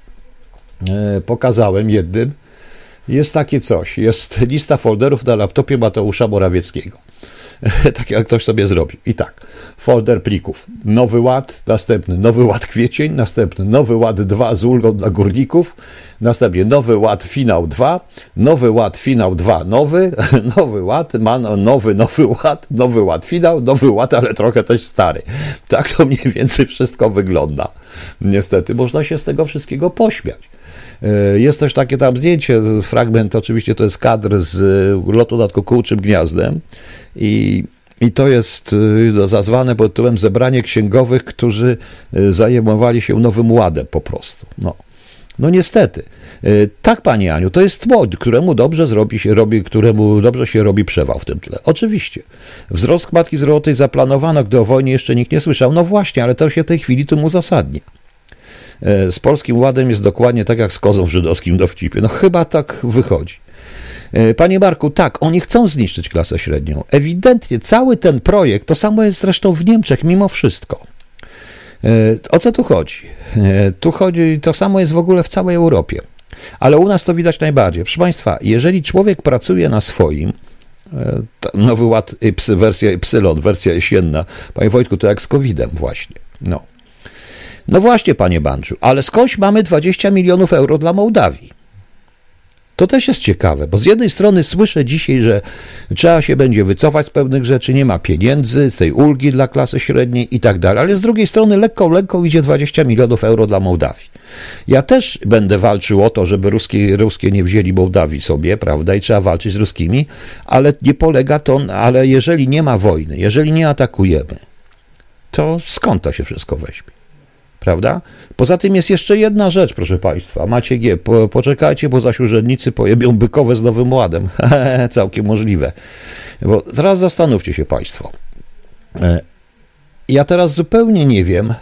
pokazałem jednym, jest takie coś. Jest lista folderów na laptopie Mateusza Morawieckiego. Tak jak ktoś sobie zrobił. I tak, folder plików. Nowy Ład, następny Nowy Ład kwiecień, następny Nowy Ład 2 z ulgą dla górników, następnie Nowy Ład finał 2, Nowy Ład finał 2 nowy, Nowy Ład, Nowy Ład finał, Nowy Ład, ale trochę też stary. Tak to mniej więcej wszystko wygląda. Niestety można się z tego wszystkiego pośmiać. Jest też takie tam zdjęcie, fragment, oczywiście to jest kadr z lotu nad kukułczym gniazdem i to jest nazwane pod tytułem Zebranie księgowych, którzy zajmowali się Nowym Ładem po prostu. No niestety. Tak, pani Aniu, to jest tło, któremu dobrze się robi przewał w tym tle. Oczywiście. Wzrost składki zdrowotnej zaplanowano, gdy o wojnie jeszcze nikt nie słyszał. No właśnie, ale to się w tej chwili tym uzasadnia. Z Polskim Ładem jest dokładnie tak jak z kozą w żydowskim dowcipie. No chyba tak wychodzi. Panie Marku, tak, oni chcą zniszczyć klasę średnią. Ewidentnie cały ten projekt, to samo jest zresztą w Niemczech mimo wszystko. O co tu chodzi? Tu chodzi, to samo jest w ogóle w całej Europie, ale u nas to widać najbardziej. Proszę Państwa, jeżeli człowiek pracuje na swoim, Nowy Ład, wersja Y, wersja jesienna, Panie Wojtku, to jak z COVID-em właśnie. No właśnie, Panie Bandżu, ale skądś mamy 20 milionów euro dla Mołdawii? To też jest ciekawe, bo z jednej strony słyszę dzisiaj, że trzeba się będzie wycofać z pewnych rzeczy, nie ma pieniędzy, tej ulgi dla klasy średniej i tak dalej, ale z drugiej strony lekką idzie 20 milionów euro dla Mołdawii. Ja też będę walczył o to, żeby ruskie nie wzięli Mołdawii sobie, prawda, i trzeba walczyć z ruskimi, ale nie polega to, ale jeżeli nie ma wojny, jeżeli nie atakujemy, to skąd to się wszystko weźmie? Prawda? Poza tym jest jeszcze jedna rzecz, proszę Państwa. Macie G, poczekajcie, bo zaś urzędnicy pojebią bykowe z Nowym Ładem. Całkiem możliwe. Bo teraz zastanówcie się Państwo. Ja teraz zupełnie nie wiem,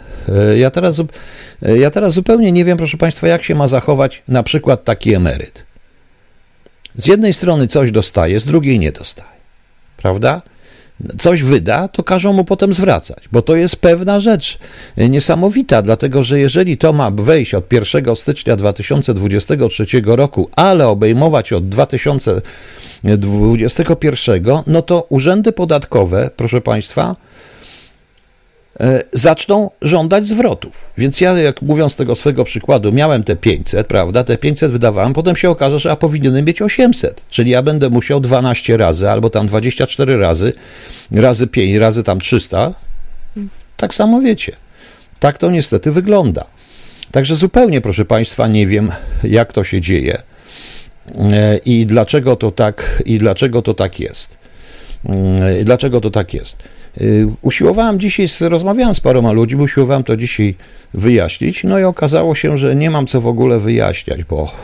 proszę Państwa, jak się ma zachować na przykład taki emeryt. Z jednej strony coś dostaje, z drugiej nie dostaje. Prawda? Coś wyda, to każą mu potem zwracać, bo to jest pewna rzecz niesamowita, dlatego że jeżeli to ma wejść od 1 stycznia 2023 roku, ale obejmować od 2021, no to urzędy podatkowe, proszę Państwa, zaczną żądać zwrotów. Więc ja, jak mówiąc z tego swojego przykładu, miałem te 500, prawda, te 500 wydawałem, potem się okaże, że ja powinienem mieć 800, czyli ja będę musiał 12 razy, albo tam 24 razy 5, razy tam 300, tak samo wiecie. Tak to niestety wygląda. Także zupełnie, proszę Państwa, nie wiem, jak to się dzieje i dlaczego to tak jest. Dlaczego to tak jest? Usiłowałem dzisiaj, rozmawiałem z paroma ludźmi, usiłowałem to dzisiaj wyjaśnić, no i okazało się, że nie mam co w ogóle wyjaśniać,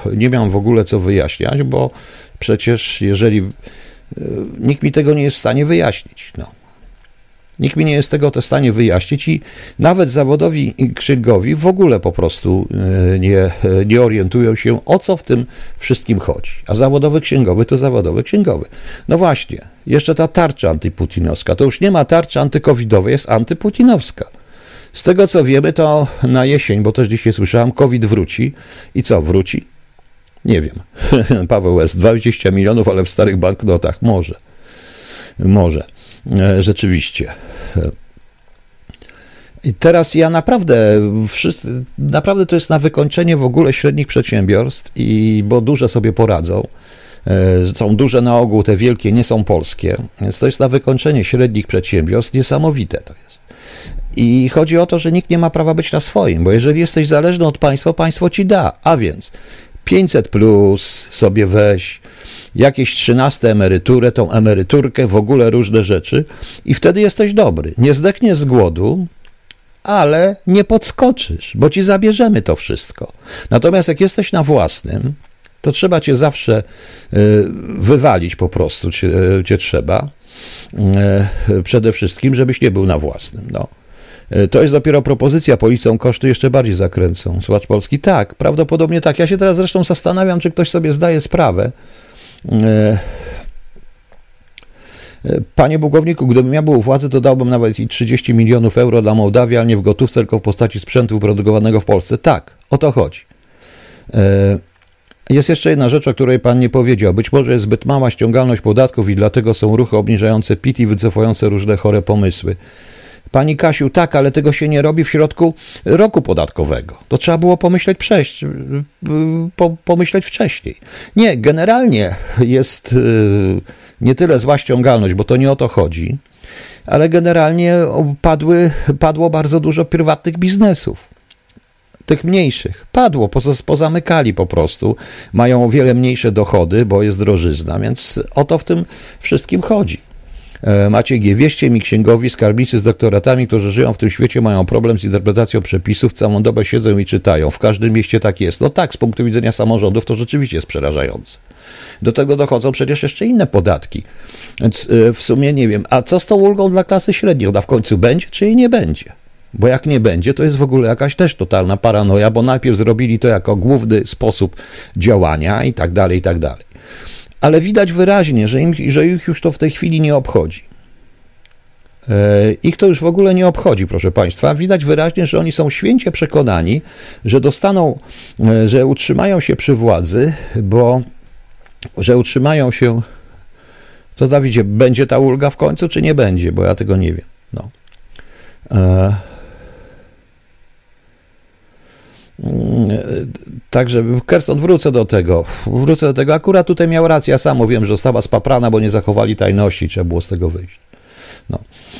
bo przecież jeżeli nikt mi tego nie jest w stanie wyjaśnić, Nikt mi nie jest tego w stanie wyjaśnić i nawet zawodowi księgowi w ogóle po prostu nie orientują się, o co w tym wszystkim chodzi. A zawodowy księgowy to zawodowy księgowy. No właśnie, jeszcze ta tarcza antyputinowska, to już nie ma tarczy antykowidowej, jest antyputinowska. Z tego co wiemy, to na jesień, bo też dzisiaj słyszałem, COVID wróci. I co, wróci? Nie wiem. Paweł S. 20 milionów, ale w starych banknotach. Może. Rzeczywiście. I teraz ja naprawdę to jest na wykończenie w ogóle średnich przedsiębiorstw, bo duże sobie poradzą. Są duże na ogół, te wielkie nie są polskie, więc to jest na wykończenie średnich przedsiębiorstw, niesamowite to jest. I chodzi o to, że nikt nie ma prawa być na swoim, bo jeżeli jesteś zależny od państwa, państwo ci da, a więc 500 plus sobie weź, jakieś 13 emeryturę, tą emeryturkę, w ogóle różne rzeczy i wtedy jesteś dobry. Nie zdechniesz z głodu, ale nie podskoczysz, bo ci zabierzemy to wszystko. Natomiast jak jesteś na własnym, to trzeba cię zawsze wywalić po prostu, cię trzeba. Przede wszystkim, żebyś nie był na własnym. To jest dopiero propozycja, policją koszty jeszcze bardziej zakręcą. Słuchacz polski, tak, prawdopodobnie tak. Ja się teraz zresztą zastanawiam, czy ktoś sobie zdaje sprawę. Panie pułkowniku, gdybym ja był u władzy, to dałbym nawet i 30 milionów euro dla Mołdawii, ale nie w gotówce, tylko w postaci sprzętu produkowanego w Polsce. Tak, o to chodzi. Jest jeszcze jedna rzecz, o której pan nie powiedział. Być może jest zbyt mała ściągalność podatków i dlatego są ruchy obniżające PIT i wycofujące różne chore pomysły. Pani Kasiu, tak, ale tego się nie robi w środku roku podatkowego. To trzeba było pomyśleć wcześniej. Nie, generalnie jest nie tyle zła ściągalność, bo to nie o to chodzi, ale generalnie padło bardzo dużo prywatnych biznesów. Tych mniejszych. Padło, pozamykali po prostu. Mają o wiele mniejsze dochody, bo jest drożyzna, więc o to w tym wszystkim chodzi. Maciej G. Wieście mi księgowi, skarbnicy z doktoratami, którzy żyją w tym świecie, mają problem z interpretacją przepisów, całą dobę siedzą i czytają. W każdym mieście tak jest. No tak, z punktu widzenia samorządów to rzeczywiście jest przerażające. Do tego dochodzą przecież jeszcze inne podatki. Więc w sumie nie wiem, a co z tą ulgą dla klasy średniej? Ona w końcu będzie, czy jej nie będzie? Bo jak nie będzie, to jest w ogóle jakaś też totalna paranoja, bo najpierw zrobili to jako główny sposób działania i tak dalej, i tak dalej. Ale widać wyraźnie, że ich już to w tej chwili nie obchodzi. Ich to już w ogóle nie obchodzi, proszę Państwa. Widać wyraźnie, że oni są święcie przekonani, że że utrzymają się przy władzy, że utrzymają się. Co, Dawidzie, będzie ta ulga w końcu, czy nie będzie? Bo ja tego nie wiem. No. Także, Kerston, wrócę do tego. Akurat tutaj miał rację, ja sam mówiłem, że została spaprana, bo nie zachowali tajności, trzeba było z tego wyjść. No.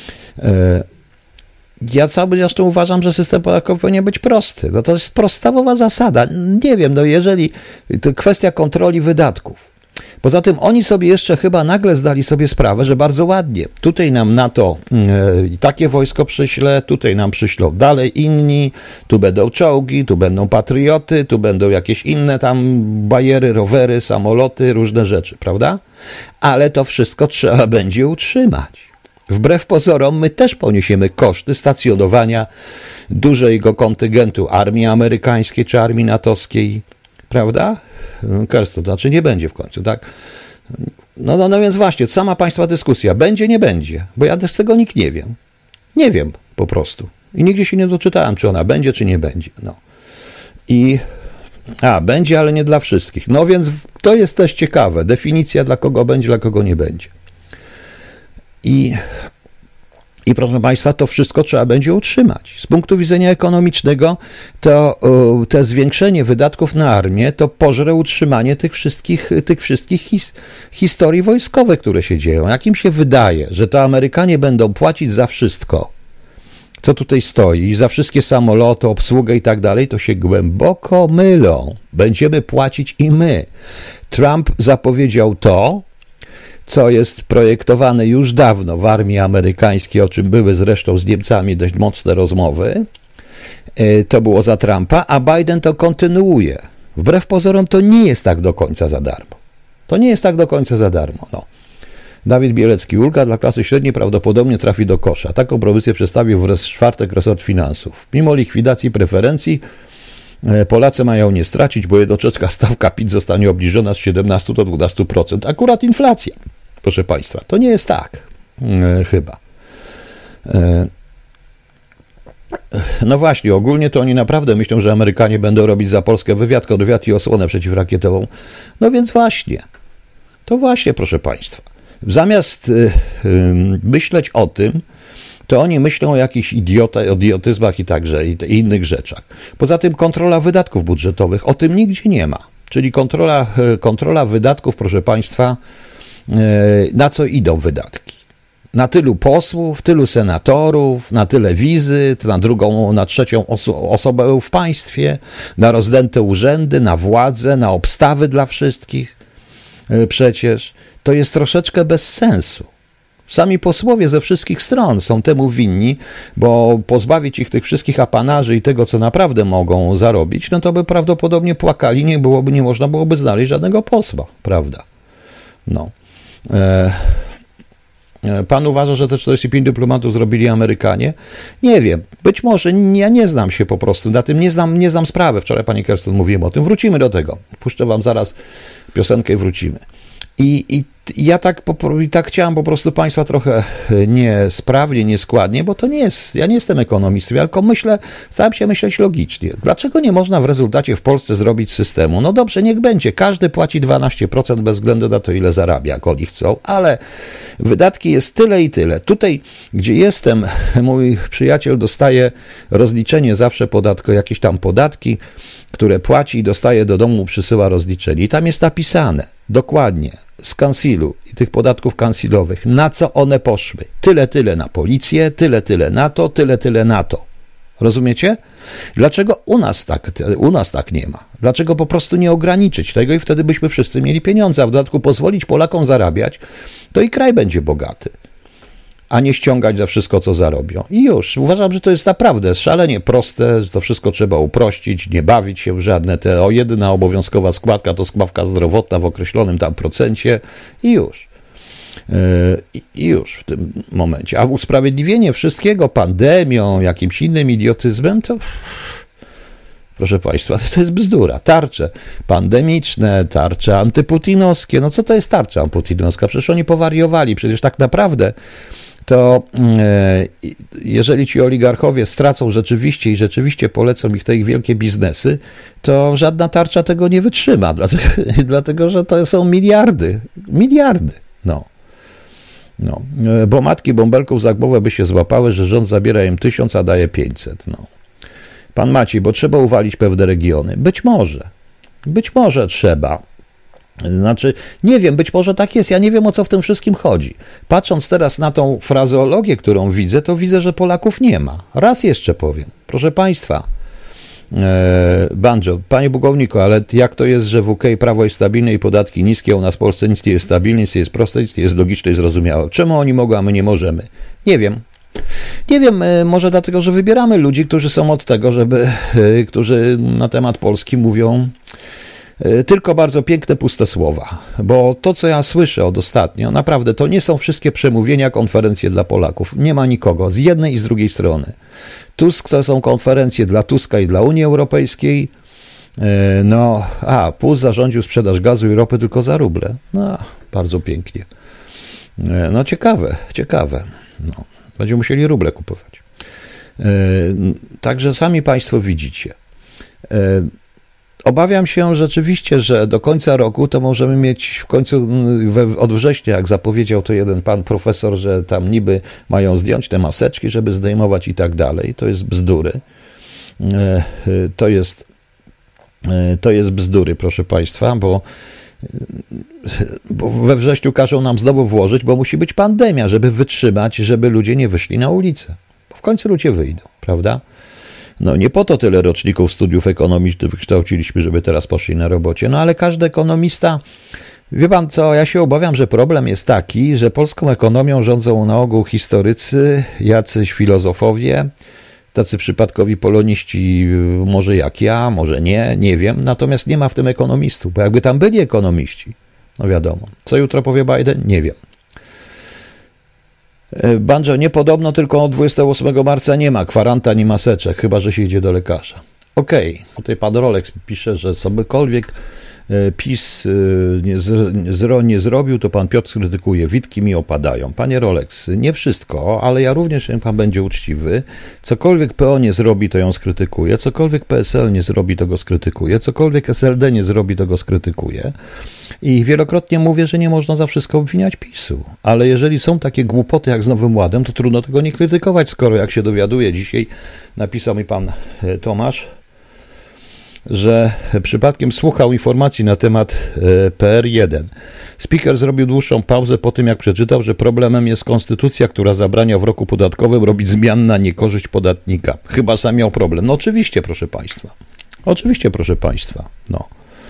Ja zresztą uważam, że system podatkowy powinien być prosty. No to jest podstawowa zasada. Nie wiem, no jeżeli to kwestia kontroli wydatków. Poza tym oni sobie jeszcze chyba nagle zdali sobie sprawę, że bardzo ładnie, tutaj nam NATO takie wojsko przyśle, tutaj nam przyślą dalej inni, tu będą czołgi, tu będą patrioty, tu będą jakieś inne tam bajery, rowery, samoloty, różne rzeczy, prawda? Ale to wszystko trzeba będzie utrzymać. Wbrew pozorom my też poniesiemy koszty stacjonowania dużego kontyngentu armii amerykańskiej czy armii natowskiej, prawda? To znaczy nie będzie w końcu, tak? No więc właśnie, sama państwa dyskusja, będzie, nie będzie, bo ja z tego nikt nie wiem. Nie wiem po prostu. I nigdzie się nie doczytałem, czy ona będzie, czy nie będzie. No. Będzie, ale nie dla wszystkich. No więc to jest też ciekawe. Definicja, dla kogo będzie, dla kogo nie będzie. I proszę Państwa, to wszystko trzeba będzie utrzymać. Z punktu widzenia ekonomicznego to zwiększenie wydatków na armię to pożre utrzymanie tych wszystkich historii wojskowych, które się dzieją. Jak im się wydaje, że to Amerykanie będą płacić za wszystko, co tutaj stoi, za wszystkie samoloty, obsługę i tak dalej, to się głęboko mylą. Będziemy płacić i my. Trump zapowiedział to, co jest projektowane już dawno w armii amerykańskiej, o czym były zresztą z Niemcami dość mocne rozmowy. To było za Trumpa, a Biden to kontynuuje. Wbrew pozorom to nie jest tak do końca za darmo. To nie jest tak do końca za darmo. No. Dawid Bielecki, ulga dla klasy średniej prawdopodobnie trafi do kosza. Taką propozycję przedstawił w czwartek resort finansów. Mimo likwidacji preferencji Polacy mają nie stracić, bo jednocześnie stawka PIT zostanie obniżona z 17 do 12%. Akurat inflacja, proszę Państwa. To nie jest tak. Chyba. No właśnie, ogólnie to oni naprawdę myślą, że Amerykanie będą robić za Polskę wywiad, kontrwywiad i osłonę przeciwrakietową. No więc właśnie. To właśnie, proszę Państwa. Zamiast myśleć o tym, to oni myślą o jakichś idiotyzmach i także i innych rzeczach. Poza tym kontrola wydatków budżetowych, o tym nigdzie nie ma. Czyli kontrola wydatków, proszę Państwa, na co idą wydatki. Na tylu posłów, tylu senatorów, na tyle wizyt, na trzecią osobę w państwie, na rozdęte urzędy, na władzę, na obstawy dla wszystkich. Przecież to jest troszeczkę bez sensu. Sami posłowie ze wszystkich stron są temu winni, bo pozbawić ich tych wszystkich apanarzy i tego, co naprawdę mogą zarobić, no to by prawdopodobnie płakali, nie można byłoby znaleźć żadnego posła, prawda? No. Pan uważa, że te 45 dyplomatów zrobili Amerykanie? Nie wiem. Być może, ja nie znam się po prostu na tym, nie znam sprawy. Wczoraj, pani Kerston, mówiłem o tym. Wrócimy do tego. Puszczę wam zaraz piosenkę i wrócimy. Ja tak chciałem po prostu Państwa trochę niesprawnie, nieskładnie, bo to nie jest, ja nie jestem ekonomistą, tylko staram się myśleć logicznie. Dlaczego nie można w rezultacie w Polsce zrobić systemu? No dobrze, niech będzie, każdy płaci 12% bez względu na to, ile zarabia, jak oni chcą, ale wydatki jest tyle i tyle. Tutaj, gdzie jestem, mój przyjaciel dostaje rozliczenie zawsze jakieś tam podatki, które płaci i dostaje do domu, przysyła rozliczenie. I tam jest napisane dokładnie z kansilu i tych podatków kansilowych, na co one poszły. Tyle na policję, tyle na to, tyle na to. Rozumiecie? Dlaczego u nas tak nie ma? Dlaczego po prostu nie ograniczyć tego i wtedy byśmy wszyscy mieli pieniądze, a w dodatku pozwolić Polakom zarabiać, to i kraj będzie bogaty, a nie ściągać za wszystko, co zarobią. I już. Uważam, że to jest naprawdę szalenie proste, że to wszystko trzeba uprościć, nie bawić się w żadne jedyna obowiązkowa składka to składka zdrowotna w określonym tam procencie i już. I już w tym momencie. A usprawiedliwienie wszystkiego pandemią, jakimś innym idiotyzmem, to proszę Państwa, to jest bzdura. Tarcze pandemiczne, tarcze antyputinowskie. No co to jest tarcza antyputinowska? Przecież oni powariowali. Przecież tak naprawdę to jeżeli ci oligarchowie stracą rzeczywiście i rzeczywiście polecą ich te ich wielkie biznesy, to żadna tarcza tego nie wytrzyma, dlatego że to są miliardy, no. Bo matki bąbelków za głowę by się złapały, że rząd zabiera im 1000, a daje 500, no. Pan Maciej, bo trzeba uwalić pewne regiony. Być może trzeba. Znaczy, nie wiem, być może tak jest, ja nie wiem, o co w tym wszystkim chodzi. Patrząc teraz na tą frazeologię, którą widzę, to widzę, że Polaków nie ma. Raz jeszcze powiem, proszę Państwa, Banjo, panie pułkowniku, ale jak to jest, że w UK prawo jest stabilne i podatki niskie, a u nas w Polsce nic nie jest stabilne, nic nie jest proste, nic nie jest logiczne i zrozumiałe. Czemu oni mogą, a my nie możemy? Nie wiem, może dlatego, że wybieramy ludzi, którzy są od tego, którzy na temat Polski mówią tylko bardzo piękne, puste słowa, bo to, co ja słyszę od ostatnio, naprawdę to nie są wszystkie przemówienia, konferecje dla Polaków. Nie ma nikogo z jednej i z drugiej strony. Tusk to są konferencje dla Tuska i dla Unii Europejskiej. PiS zarządził sprzedaż gazu i ropy tylko za ruble. No, bardzo pięknie. No, ciekawe. No, będziemy musieli ruble kupować. Także sami Państwo widzicie. Obawiam się rzeczywiście, że do końca roku to możemy mieć w końcu, od września, jak zapowiedział to jeden pan profesor, że tam niby mają zdjąć te maseczki, żeby zdejmować i tak dalej. To jest bzdury. To jest bzdury, proszę Państwa, bo we wrześniu każą nam znowu włożyć, bo musi być pandemia, żeby wytrzymać, żeby ludzie nie wyszli na ulicę. Bo w końcu ludzie wyjdą, prawda? No nie po to tyle roczników studiów ekonomicznych wykształciliśmy, żeby teraz poszli na robocie. No ale każdy ekonomista, wie pan co, ja się obawiam, że problem jest taki, że polską ekonomią rządzą na ogół historycy, jacyś filozofowie, tacy przypadkowi poloniści, może jak ja, może nie wiem, natomiast nie ma w tym ekonomistów, bo jakby tam byli ekonomiści, no wiadomo. Co jutro powie Biden? Nie wiem. Banjo, niepodobno, tylko od 28 marca nie ma kwarantan, nie maseczek, chyba że się idzie do lekarza. Okej, tutaj pan Rolex pisze, że cokolwiek PiS nie zrobił, to pan Piotr krytykuje. Witki mi opadają. Panie Rolex, nie wszystko, ale ja również, jak pan będzie uczciwy, cokolwiek PO nie zrobi, to ją skrytykuje, cokolwiek PSL nie zrobi, to go skrytykuje, cokolwiek SLD nie zrobi, to go skrytykuje. I wielokrotnie mówię, że nie można za wszystko obwiniać PiS-u, ale jeżeli są takie głupoty jak z Nowym Ładem, to trudno tego nie krytykować, skoro jak się dowiaduję, dzisiaj napisał mi pan Tomasz, że przypadkiem słuchał informacji na temat PR1. Speaker zrobił dłuższą pauzę po tym, jak przeczytał, że problemem jest konstytucja, która zabrania w roku podatkowym robić zmian na niekorzyść podatnika. Chyba sam miał problem. No oczywiście, proszę państwa. No.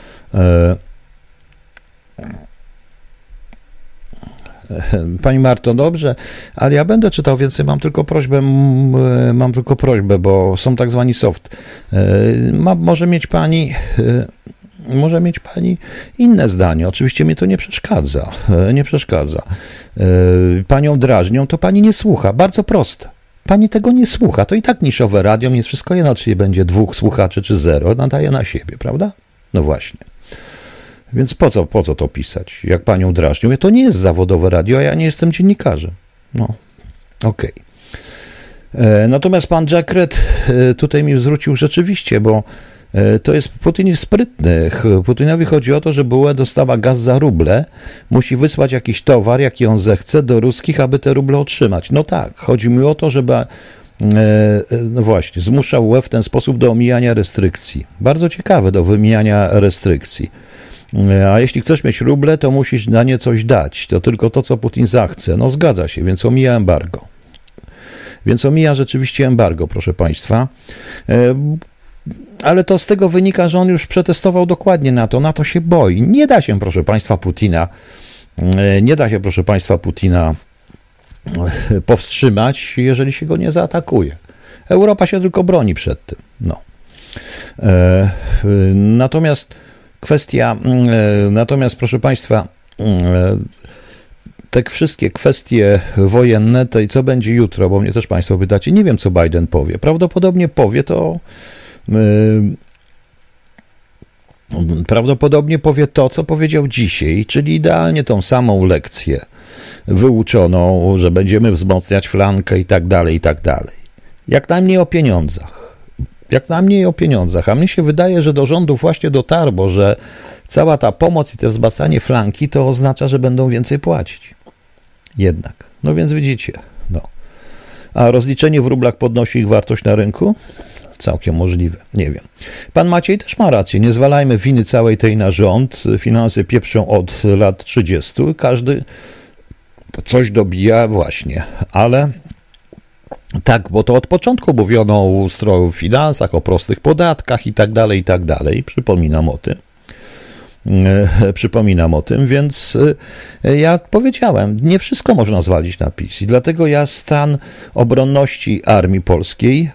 Pani Marto, dobrze, ale ja będę czytał więcej, mam tylko prośbę, bo są tak zwani soft. Może mieć pani inne zdanie. Oczywiście mnie to nie przeszkadza. Panią drażnią, to pani nie słucha. Bardzo proste. Pani tego nie słucha. To i tak niszowe radio, jest wszystko jedno, czy będzie 2 słuchaczy, czy 0. Nadaje na siebie, prawda? No właśnie. Więc po co to pisać? Jak panią drażnią? To nie jest zawodowe radio, a ja nie jestem dziennikarzem. No, okej. Natomiast pan Jackret tutaj mi zwrócił rzeczywiście, bo to jest, Putin jest sprytny. Putinowi chodzi o to, że BUE dostała gaz za ruble, musi wysłać jakiś towar, jaki on zechce, do ruskich, aby te ruble otrzymać. No tak, chodzi mi o to, żeby no właśnie, zmuszał UE w ten sposób do omijania restrykcji. Bardzo ciekawe, do wymijania restrykcji. A jeśli chcesz mieć ruble, to musisz na nie coś dać. To tylko to, co Putin zachce. No zgadza się, więc omija embargo. Rzeczywiście embargo, proszę państwa. Ale to z tego wynika, że on już przetestował dokładnie na to się boi. Nie da się, proszę państwa, Putina powstrzymać, jeżeli się go nie zaatakuje. Europa się tylko broni przed tym. No. Natomiast proszę państwa, te wszystkie kwestie wojenne, to i co będzie jutro, bo mnie też państwo pytacie, nie wiem, co Biden powie. Prawdopodobnie powie to, co powiedział dzisiaj, czyli idealnie tą samą lekcję. wyuczoną, że będziemy wzmacniać flankę i tak dalej, i tak dalej. Jak najmniej o pieniądzach. Jak najmniej o pieniądzach. A mnie się wydaje, że do rządu właśnie dotarło, że cała ta pomoc i to wzmacnianie flanki to oznacza, że będą więcej płacić. Jednak. No więc widzicie. No. A rozliczenie w rublach podnosi ich wartość na rynku? Całkiem możliwe. Nie wiem. Pan Maciej też ma rację. Nie zwalajmy winy całej tej na rząd. Finanse pieprzą od lat 30. Każdy coś dobija właśnie. Ale tak, bo to od początku mówiono o ustroju w finansach, o prostych podatkach i tak dalej, i tak dalej. Przypominam o tym, więc ja powiedziałem, nie wszystko można zwalić na PiS i dlatego ja stan obronności Armii Polskiej,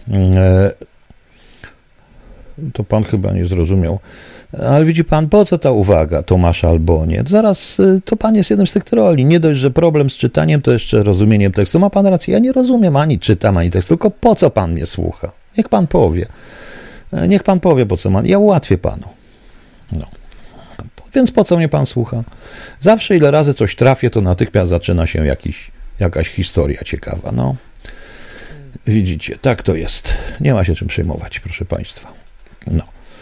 to pan chyba nie zrozumiał, ale widzi pan, po co ta uwaga Tomasza Albonie? Zaraz, to pan jest jednym z tych trolli. Nie dość, że problem z czytaniem, to jeszcze rozumieniem tekstu. Ma pan rację, ja nie rozumiem ani czytam, ani tekstu, tylko po co pan mnie słucha? Niech pan powie. Niech pan powie, po co man. Ja ułatwię panu. No. Więc po co mnie pan słucha? Zawsze ile razy coś trafię, to natychmiast zaczyna się jakaś historia ciekawa. No. Widzicie, tak to jest. Nie ma się czym przejmować, proszę państwa. No.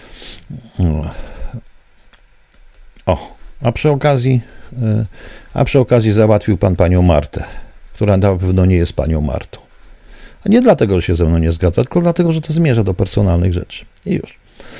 O, a przy okazji załatwił pan panią Martę, która na pewno nie jest panią Martą. A nie dlatego, że się ze mną nie zgadza, tylko dlatego, że to zmierza do personalnych rzeczy. I już.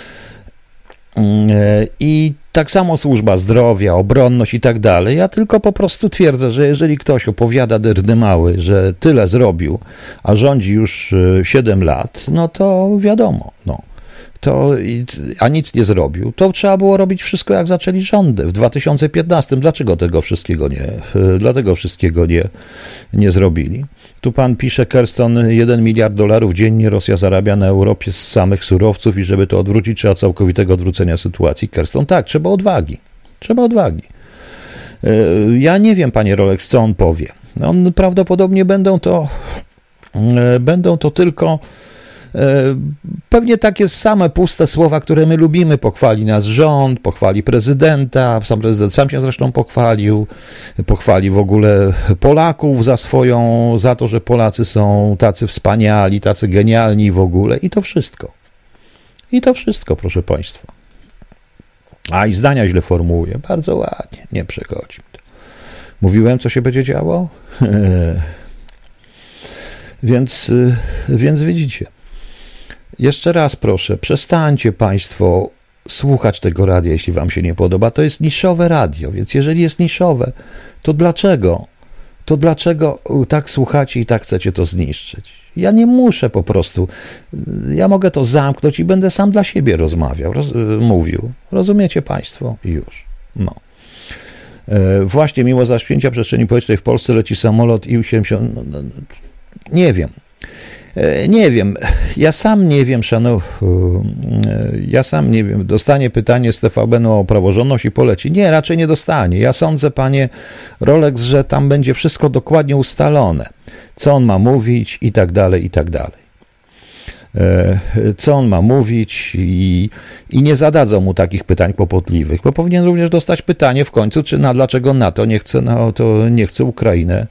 I tak samo służba zdrowia, obronność i tak dalej. Ja tylko po prostu twierdzę, że jeżeli ktoś opowiada dyrdymały, że tyle zrobił, a rządzi już 7 lat, no to wiadomo, no. A nic nie zrobił, to trzeba było robić wszystko, jak zaczęli rządy w 2015. Dlaczego tego wszystkiego nie zrobili? Tu pan pisze, Kerston, $1 miliard dziennie Rosja zarabia na Europie z samych surowców i żeby to odwrócić, trzeba całkowitego odwrócenia sytuacji. Kerston, tak, trzeba odwagi. Ja nie wiem, panie Rolex, co on powie. On prawdopodobnie będą to tylko pewnie takie same puste słowa, które my lubimy. Pochwali nas rząd, pochwali prezydenta, sam prezydent sam się zresztą pochwali w ogóle Polaków za to, że Polacy są tacy wspaniali, tacy genialni w ogóle i to wszystko, proszę państwa. A i zdania źle formułuję, bardzo ładnie, nie przechodzi mi to. Mówiłem, co się będzie działo? Więc widzicie. Jeszcze raz proszę, przestańcie państwo słuchać tego radia, jeśli wam się nie podoba. To jest niszowe radio, więc jeżeli jest niszowe, to dlaczego tak słuchacie i tak chcecie to zniszczyć? Ja nie muszę po prostu, ja mogę to zamknąć i będę sam dla siebie mówił. Rozumiecie państwo? I już. No. Właśnie mimo zaśpięcia przestrzeni powietrznej w Polsce leci samolot IL-70. Nie wiem. Ja sam nie wiem, dostanie pytanie z TVN o praworządność i poleci. Nie, raczej nie dostanie. Ja sądzę, panie Rolex, że tam będzie wszystko dokładnie ustalone. Co on ma mówić i tak dalej, i tak dalej. Co on ma mówić i nie zadadzą mu takich pytań kłopotliwych, bo powinien również dostać pytanie w końcu, dlaczego NATO nie chce Ukrainę.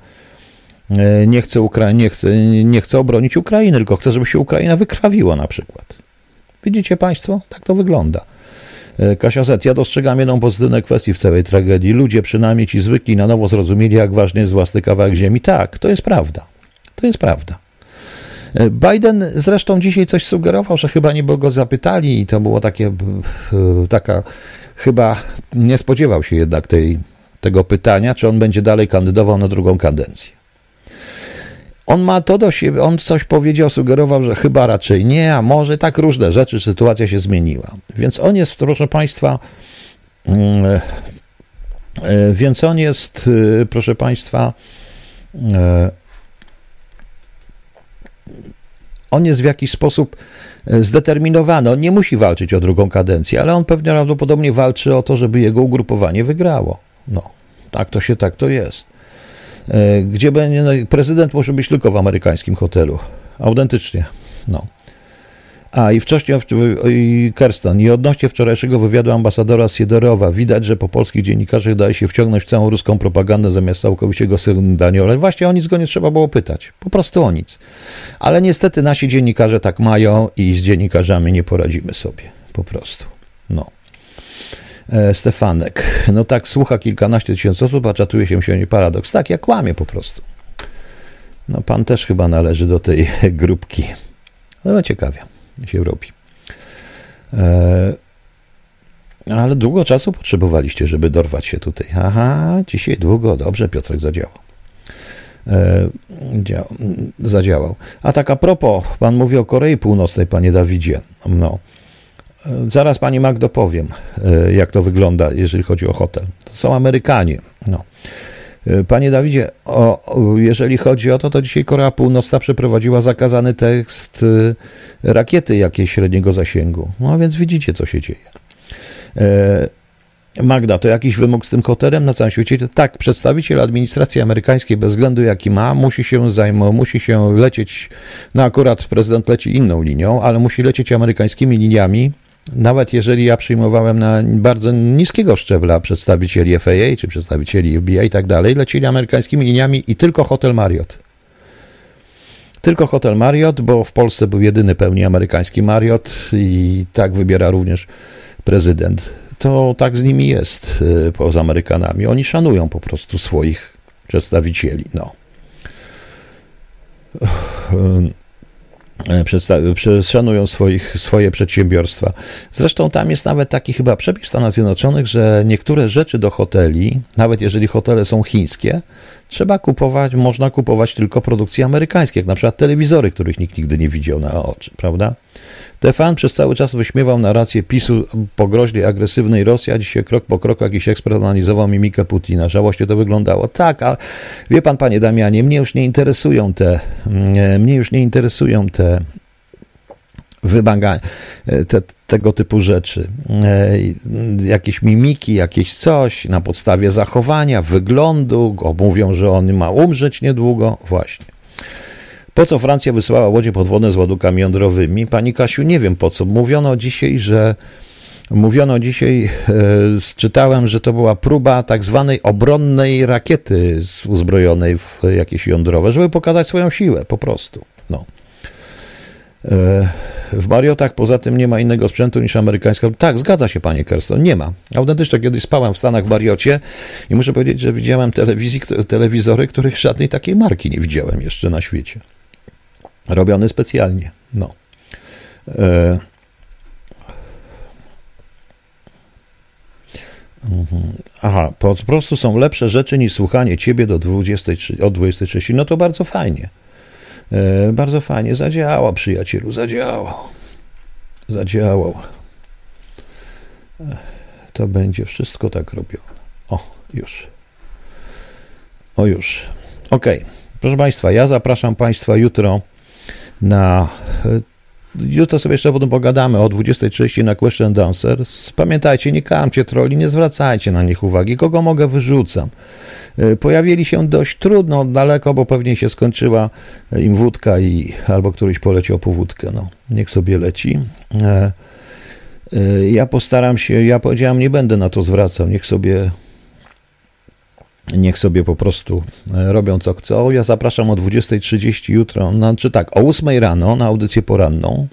Nie chce obronić Ukrainy, tylko chce, żeby się Ukraina wykrwawiła na przykład. Widzicie państwo? Tak to wygląda. Kasia Z. Ja dostrzegam jedną pozytywną kwestię w całej tragedii. Ludzie, przynajmniej ci zwykli, na nowo zrozumieli, jak ważny jest własny kawałek ziemi. Tak, to jest prawda. Biden zresztą dzisiaj coś sugerował, że chyba nie go zapytali i to było chyba nie spodziewał się jednak tego pytania, czy on będzie dalej kandydował na drugą kadencję. On ma to do siebie, on coś powiedział, sugerował, że chyba raczej nie, a może tak różne rzeczy, sytuacja się zmieniła. Więc on jest, proszę państwa, on jest w jakiś sposób zdeterminowany. On nie musi walczyć o drugą kadencję, ale on pewnie prawdopodobnie walczy o to, żeby jego ugrupowanie wygrało. No, tak to jest. Gdzie będzie, prezydent może być tylko w amerykańskim hotelu. Autentycznie. No. A i wcześniej Kerston. I odnośnie wczorajszego wywiadu ambasadora Siedorowa widać, że po polskich dziennikarzach daje się wciągnąć w całą ruską propagandę zamiast całkowicie go sygnalizować. Właśnie o nic go nie trzeba było pytać. Po prostu o nic. Ale niestety nasi dziennikarze tak mają i z dziennikarzami nie poradzimy sobie. Po prostu. No. Stefanek. No tak, słucha kilkanaście tysięcy osób, a czatuje się nie paradoks. Tak, ja kłamię po prostu. No pan też chyba należy do tej grupki. No ciekawia się robi. Ale długo czasu potrzebowaliście, żeby dorwać się tutaj. Aha, dzisiaj długo. Dobrze, Piotrek zadziałał. Zadziałał. A tak a propos, pan mówi o Korei Północnej, panie Dawidzie. No. Zaraz pani Magdo powiem, jak to wygląda, jeżeli chodzi o hotel. To są Amerykanie. No. Panie Dawidzie, jeżeli chodzi o to dzisiaj Korea Północna przeprowadziła zakazany test rakiety jakiejś średniego zasięgu. No więc widzicie, co się dzieje. Magda, to jakiś wymóg z tym hotelem na całym świecie? Tak, przedstawiciel administracji amerykańskiej, bez względu jaki ma, musi się lecieć, no akurat prezydent leci inną linią, ale musi lecieć amerykańskimi liniami. Nawet jeżeli ja przyjmowałem na bardzo niskiego szczebla przedstawicieli FAA czy przedstawicieli FBI i tak dalej, lecili amerykańskimi liniami i tylko hotel Marriott. Tylko hotel Marriott, bo w Polsce był jedyny pełni amerykański Marriott i tak wybiera również prezydent. To tak z nimi jest, poza Amerykanami. Oni szanują po prostu swoich przedstawicieli. No. Szanują swoje przedsiębiorstwa. Zresztą tam jest nawet taki chyba przepis w Stanach Zjednoczonych, że niektóre rzeczy do hoteli, nawet jeżeli hotele są chińskie, można kupować tylko produkcje amerykańskie, jak na przykład telewizory, których nikt nigdy nie widział na oczy, prawda? TVN przez cały czas wyśmiewał narrację PiS-u po groźnej, agresywnej Rosji, a dzisiaj krok po kroku jakiś ekspert analizował mimikę Putina. Żałośnie to wyglądało. Tak, ale wie pan, panie Damianie, mnie już nie interesują te wymagania, tego typu rzeczy. Jakieś mimiki, jakieś coś na podstawie zachowania, wyglądu, mówią, że on ma umrzeć niedługo. Właśnie. Po co Francja wysyłała łodzie podwodne z ładunками jądrowymi? Pani Kasiu, nie wiem po co. Mówiono dzisiaj, czytałem, że to była próba tak zwanej obronnej rakiety uzbrojonej w jakieś jądrowe, żeby pokazać swoją siłę, po prostu. No. W Marriottach poza tym nie ma innego sprzętu niż amerykańska. Tak, zgadza się, panie Kerston, nie ma. Autentycznie kiedyś spałem w Stanach w Marriotcie i muszę powiedzieć, że widziałem telewizory, których żadnej takiej marki nie widziałem jeszcze na świecie. Robione specjalnie. No. Aha, po prostu są lepsze rzeczy niż słuchanie ciebie od 23. No to bardzo fajnie. Bardzo fajnie. Zadziałał, przyjacielu, zadziałał. To będzie wszystko tak robione. Już. Okej. Proszę państwa, ja zapraszam państwa jutro jutro sobie jeszcze potem pogadamy o 20:30 na Question and Answers. Pamiętajcie, nie kamcie trolli, nie zwracajcie na nich uwagi. Kogo mogę, wyrzucam. Pojawili się dość trudno, daleko, bo pewnie się skończyła im wódka albo któryś poleciał po wódkę. No, niech sobie leci. Ja postaram się, ja powiedziałem, nie będę na to zwracał. Niech sobie po prostu robią co chcą. Ja zapraszam o 20:30 jutro, o 8 rano na audycję poranną.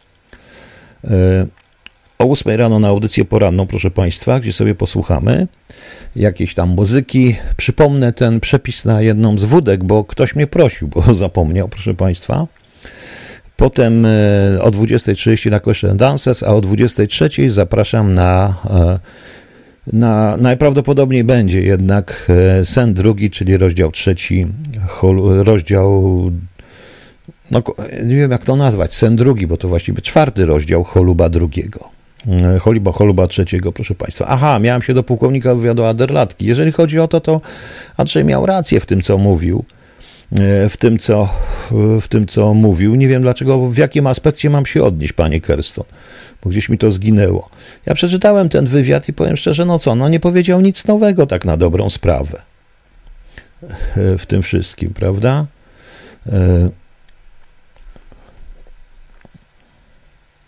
O 8 rano na audycję poranną, proszę państwa, gdzie sobie posłuchamy jakiejś tam muzyki. Przypomnę ten przepis na jedną z wódek, bo ktoś mnie prosił, bo zapomniał, proszę państwa. Potem o 20:30 na Question and Answers, a o 23:00 zapraszam najprawdopodobniej będzie jednak sen drugi, czyli rozdział 3, nie wiem jak to nazwać, sen drugi, bo to właściwie 4 rozdział Choluba drugiego. Choluba trzeciego, proszę państwa. Aha, miałem się do pułkownika wywiadu Aderlatki. Jeżeli chodzi o to Andrzej miał rację w tym, co mówił. W tym, co mówił. Nie wiem dlaczego, w jakim aspekcie mam się odnieść, panie Kerston, bo gdzieś mi to zginęło. Ja przeczytałem ten wywiad i powiem szczerze, nie powiedział nic nowego tak na dobrą sprawę w tym wszystkim, prawda?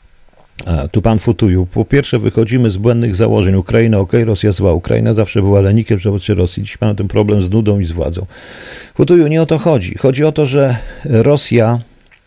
Tu pan Futuju. Po pierwsze, wychodzimy z błędnych założeń. Ukraina okej, Rosja zła. Ukraina zawsze była lenikiem wobec Rosji. Dziś mamy ten problem z nudą i z władzą. Futuju, nie o to chodzi. Chodzi o to, że Rosja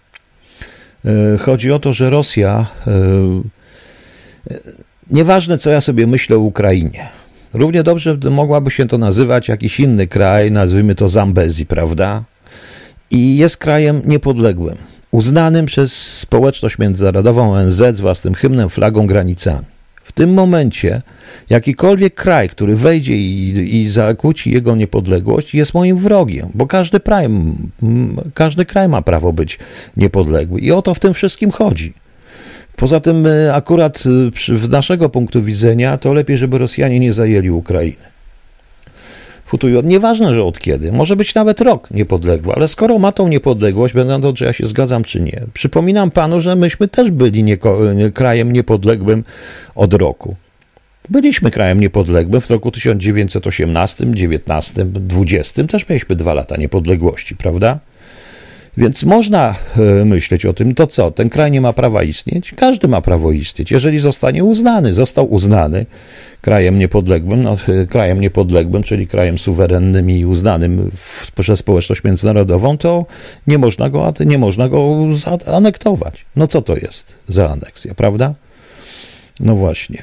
nieważne, co ja sobie myślę o Ukrainie. Równie dobrze mogłaby się to nazywać jakiś inny kraj, nazwijmy to Zambezji, prawda? I jest krajem niepodległym, uznanym przez społeczność międzynarodową ONZ z własnym hymnem, flagą, granicami. W tym momencie jakikolwiek kraj, który wejdzie i zakłóci jego niepodległość, jest moim wrogiem, bo każdy kraj ma prawo być niepodległy i o to w tym wszystkim chodzi. Poza tym akurat z naszego punktu widzenia to lepiej, żeby Rosjanie nie zajęli Ukrainy. Futuju, nieważne, że od kiedy, może być nawet rok niepodległy, ale skoro ma tą niepodległość, będę na to, czy ja się zgadzam, czy nie. Przypominam panu, że myśmy też byli krajem niepodległym od roku. Byliśmy krajem niepodległym w roku 1918, 19, 20, też mieliśmy 2 lata niepodległości, prawda? Więc można myśleć o tym, to co, ten kraj nie ma prawa istnieć? Każdy ma prawo istnieć, jeżeli zostanie uznany. Został uznany krajem niepodległym, czyli krajem suwerennym i uznanym przez społeczność międzynarodową, to nie można go zaanektować. No co to jest za aneksja, prawda? No właśnie.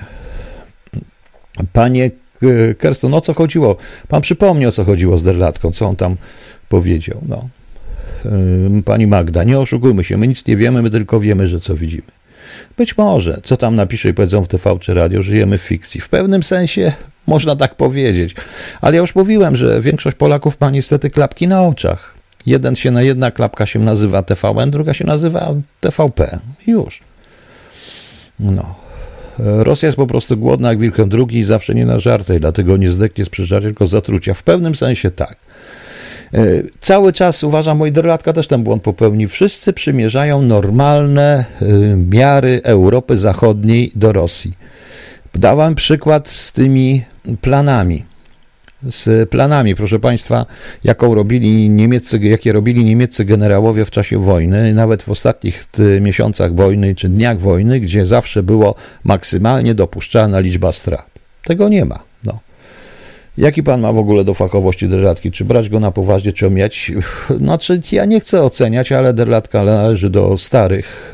Panie Kerston, o co chodziło? Pan przypomni, o co chodziło z Derlatką, co on tam powiedział, no. Pani Magda, nie oszukujmy się, my nic nie wiemy, my tylko wiemy, że co widzimy. Być może, co tam napisze i powiedzą w TV czy radio, żyjemy w fikcji. W pewnym sensie można tak powiedzieć, ale ja już mówiłem, że większość Polaków ma niestety klapki na oczach. Jedna klapka się nazywa TVN, druga się nazywa TVP. Już. No. Rosja jest po prostu głodna jak Wilhelm II i zawsze nie na żarty, dlatego nie zdechnie z przeżarcia, tylko z zatrucia. W pewnym sensie tak. Cały czas uważam, moi Derlatka też ten błąd popełni. Wszyscy przymierzają normalne miary Europy Zachodniej do Rosji. Dałem przykład z tymi planami. Proszę Państwa, jakie robili niemieccy generałowie w czasie wojny, nawet w ostatnich miesiącach wojny czy dniach wojny, gdzie zawsze było maksymalnie dopuszczalna liczba strat. Tego nie ma. No. Jaki pan ma w ogóle do fachowości Derlatki? Czy brać go na poważnie, czy omijać? Znaczy, ja nie chcę oceniać, ale Derlatka należy do starych,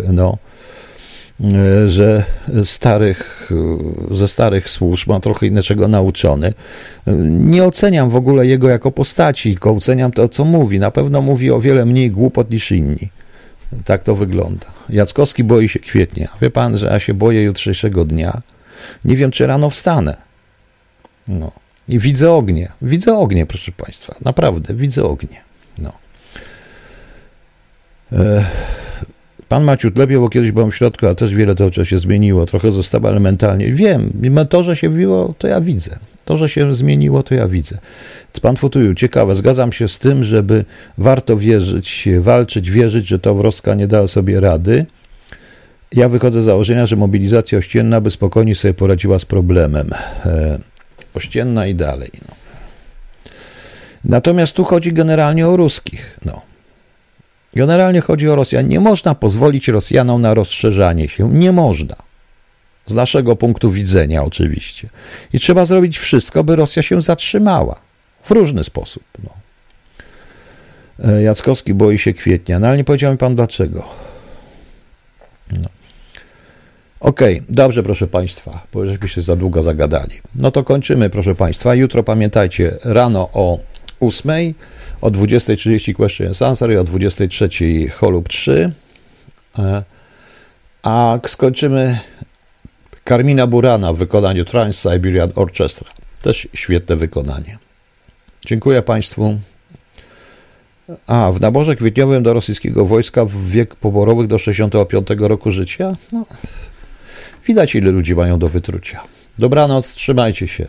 ze starych służb, ma trochę inaczego nauczony. Nie oceniam w ogóle jego jako postaci, tylko oceniam to, co mówi. Na pewno mówi o wiele mniej głupot niż inni. Tak to wygląda. Jackowski boi się kwietnia. Wie pan, że ja się boję jutrzejszego dnia. Nie wiem, czy rano wstanę. No. I widzę ognie, proszę Państwa, naprawdę, widzę ognie. No. Pan Maciut, lepiej, bo kiedyś byłem w środku, a też wiele to się zmieniło, trochę zostało elementalnie. Wiem, to, że się wiło, to ja widzę. To, że się zmieniło, to ja widzę. Pan Futuju, ciekawe, zgadzam się z tym, żeby warto walczyć, wierzyć, że to Rosja nie da sobie rady. Ja wychodzę z założenia, że mobilizacja ościenna by spokojnie sobie poradziła z problemem. Ościenna i dalej. No. Natomiast tu chodzi generalnie o ruskich. No. Generalnie chodzi o Rosjan. Nie można pozwolić Rosjanom na rozszerzanie się. Nie można. Z naszego punktu widzenia oczywiście. I trzeba zrobić wszystko, by Rosja się zatrzymała. W różny sposób. No. Jackowski boi się kwietnia. No ale nie powiedział mi pan dlaczego. No. Okej, dobrze, proszę Państwa, bo żeśmy się za długo zagadali. No to kończymy, proszę Państwa. Jutro pamiętajcie, rano o 8:00, o 20:30 Question and Answer i o 23:00 Holub 3. A skończymy Carmina Burana w wykonaniu Trans-Siberian Orchestra. Też świetne wykonanie. Dziękuję Państwu. W naborze kwietniowym do rosyjskiego wojska w wiek poborowych do 65 roku życia? No, widać, ile ludzi mają do wytrucia. Dobranoc, trzymajcie się.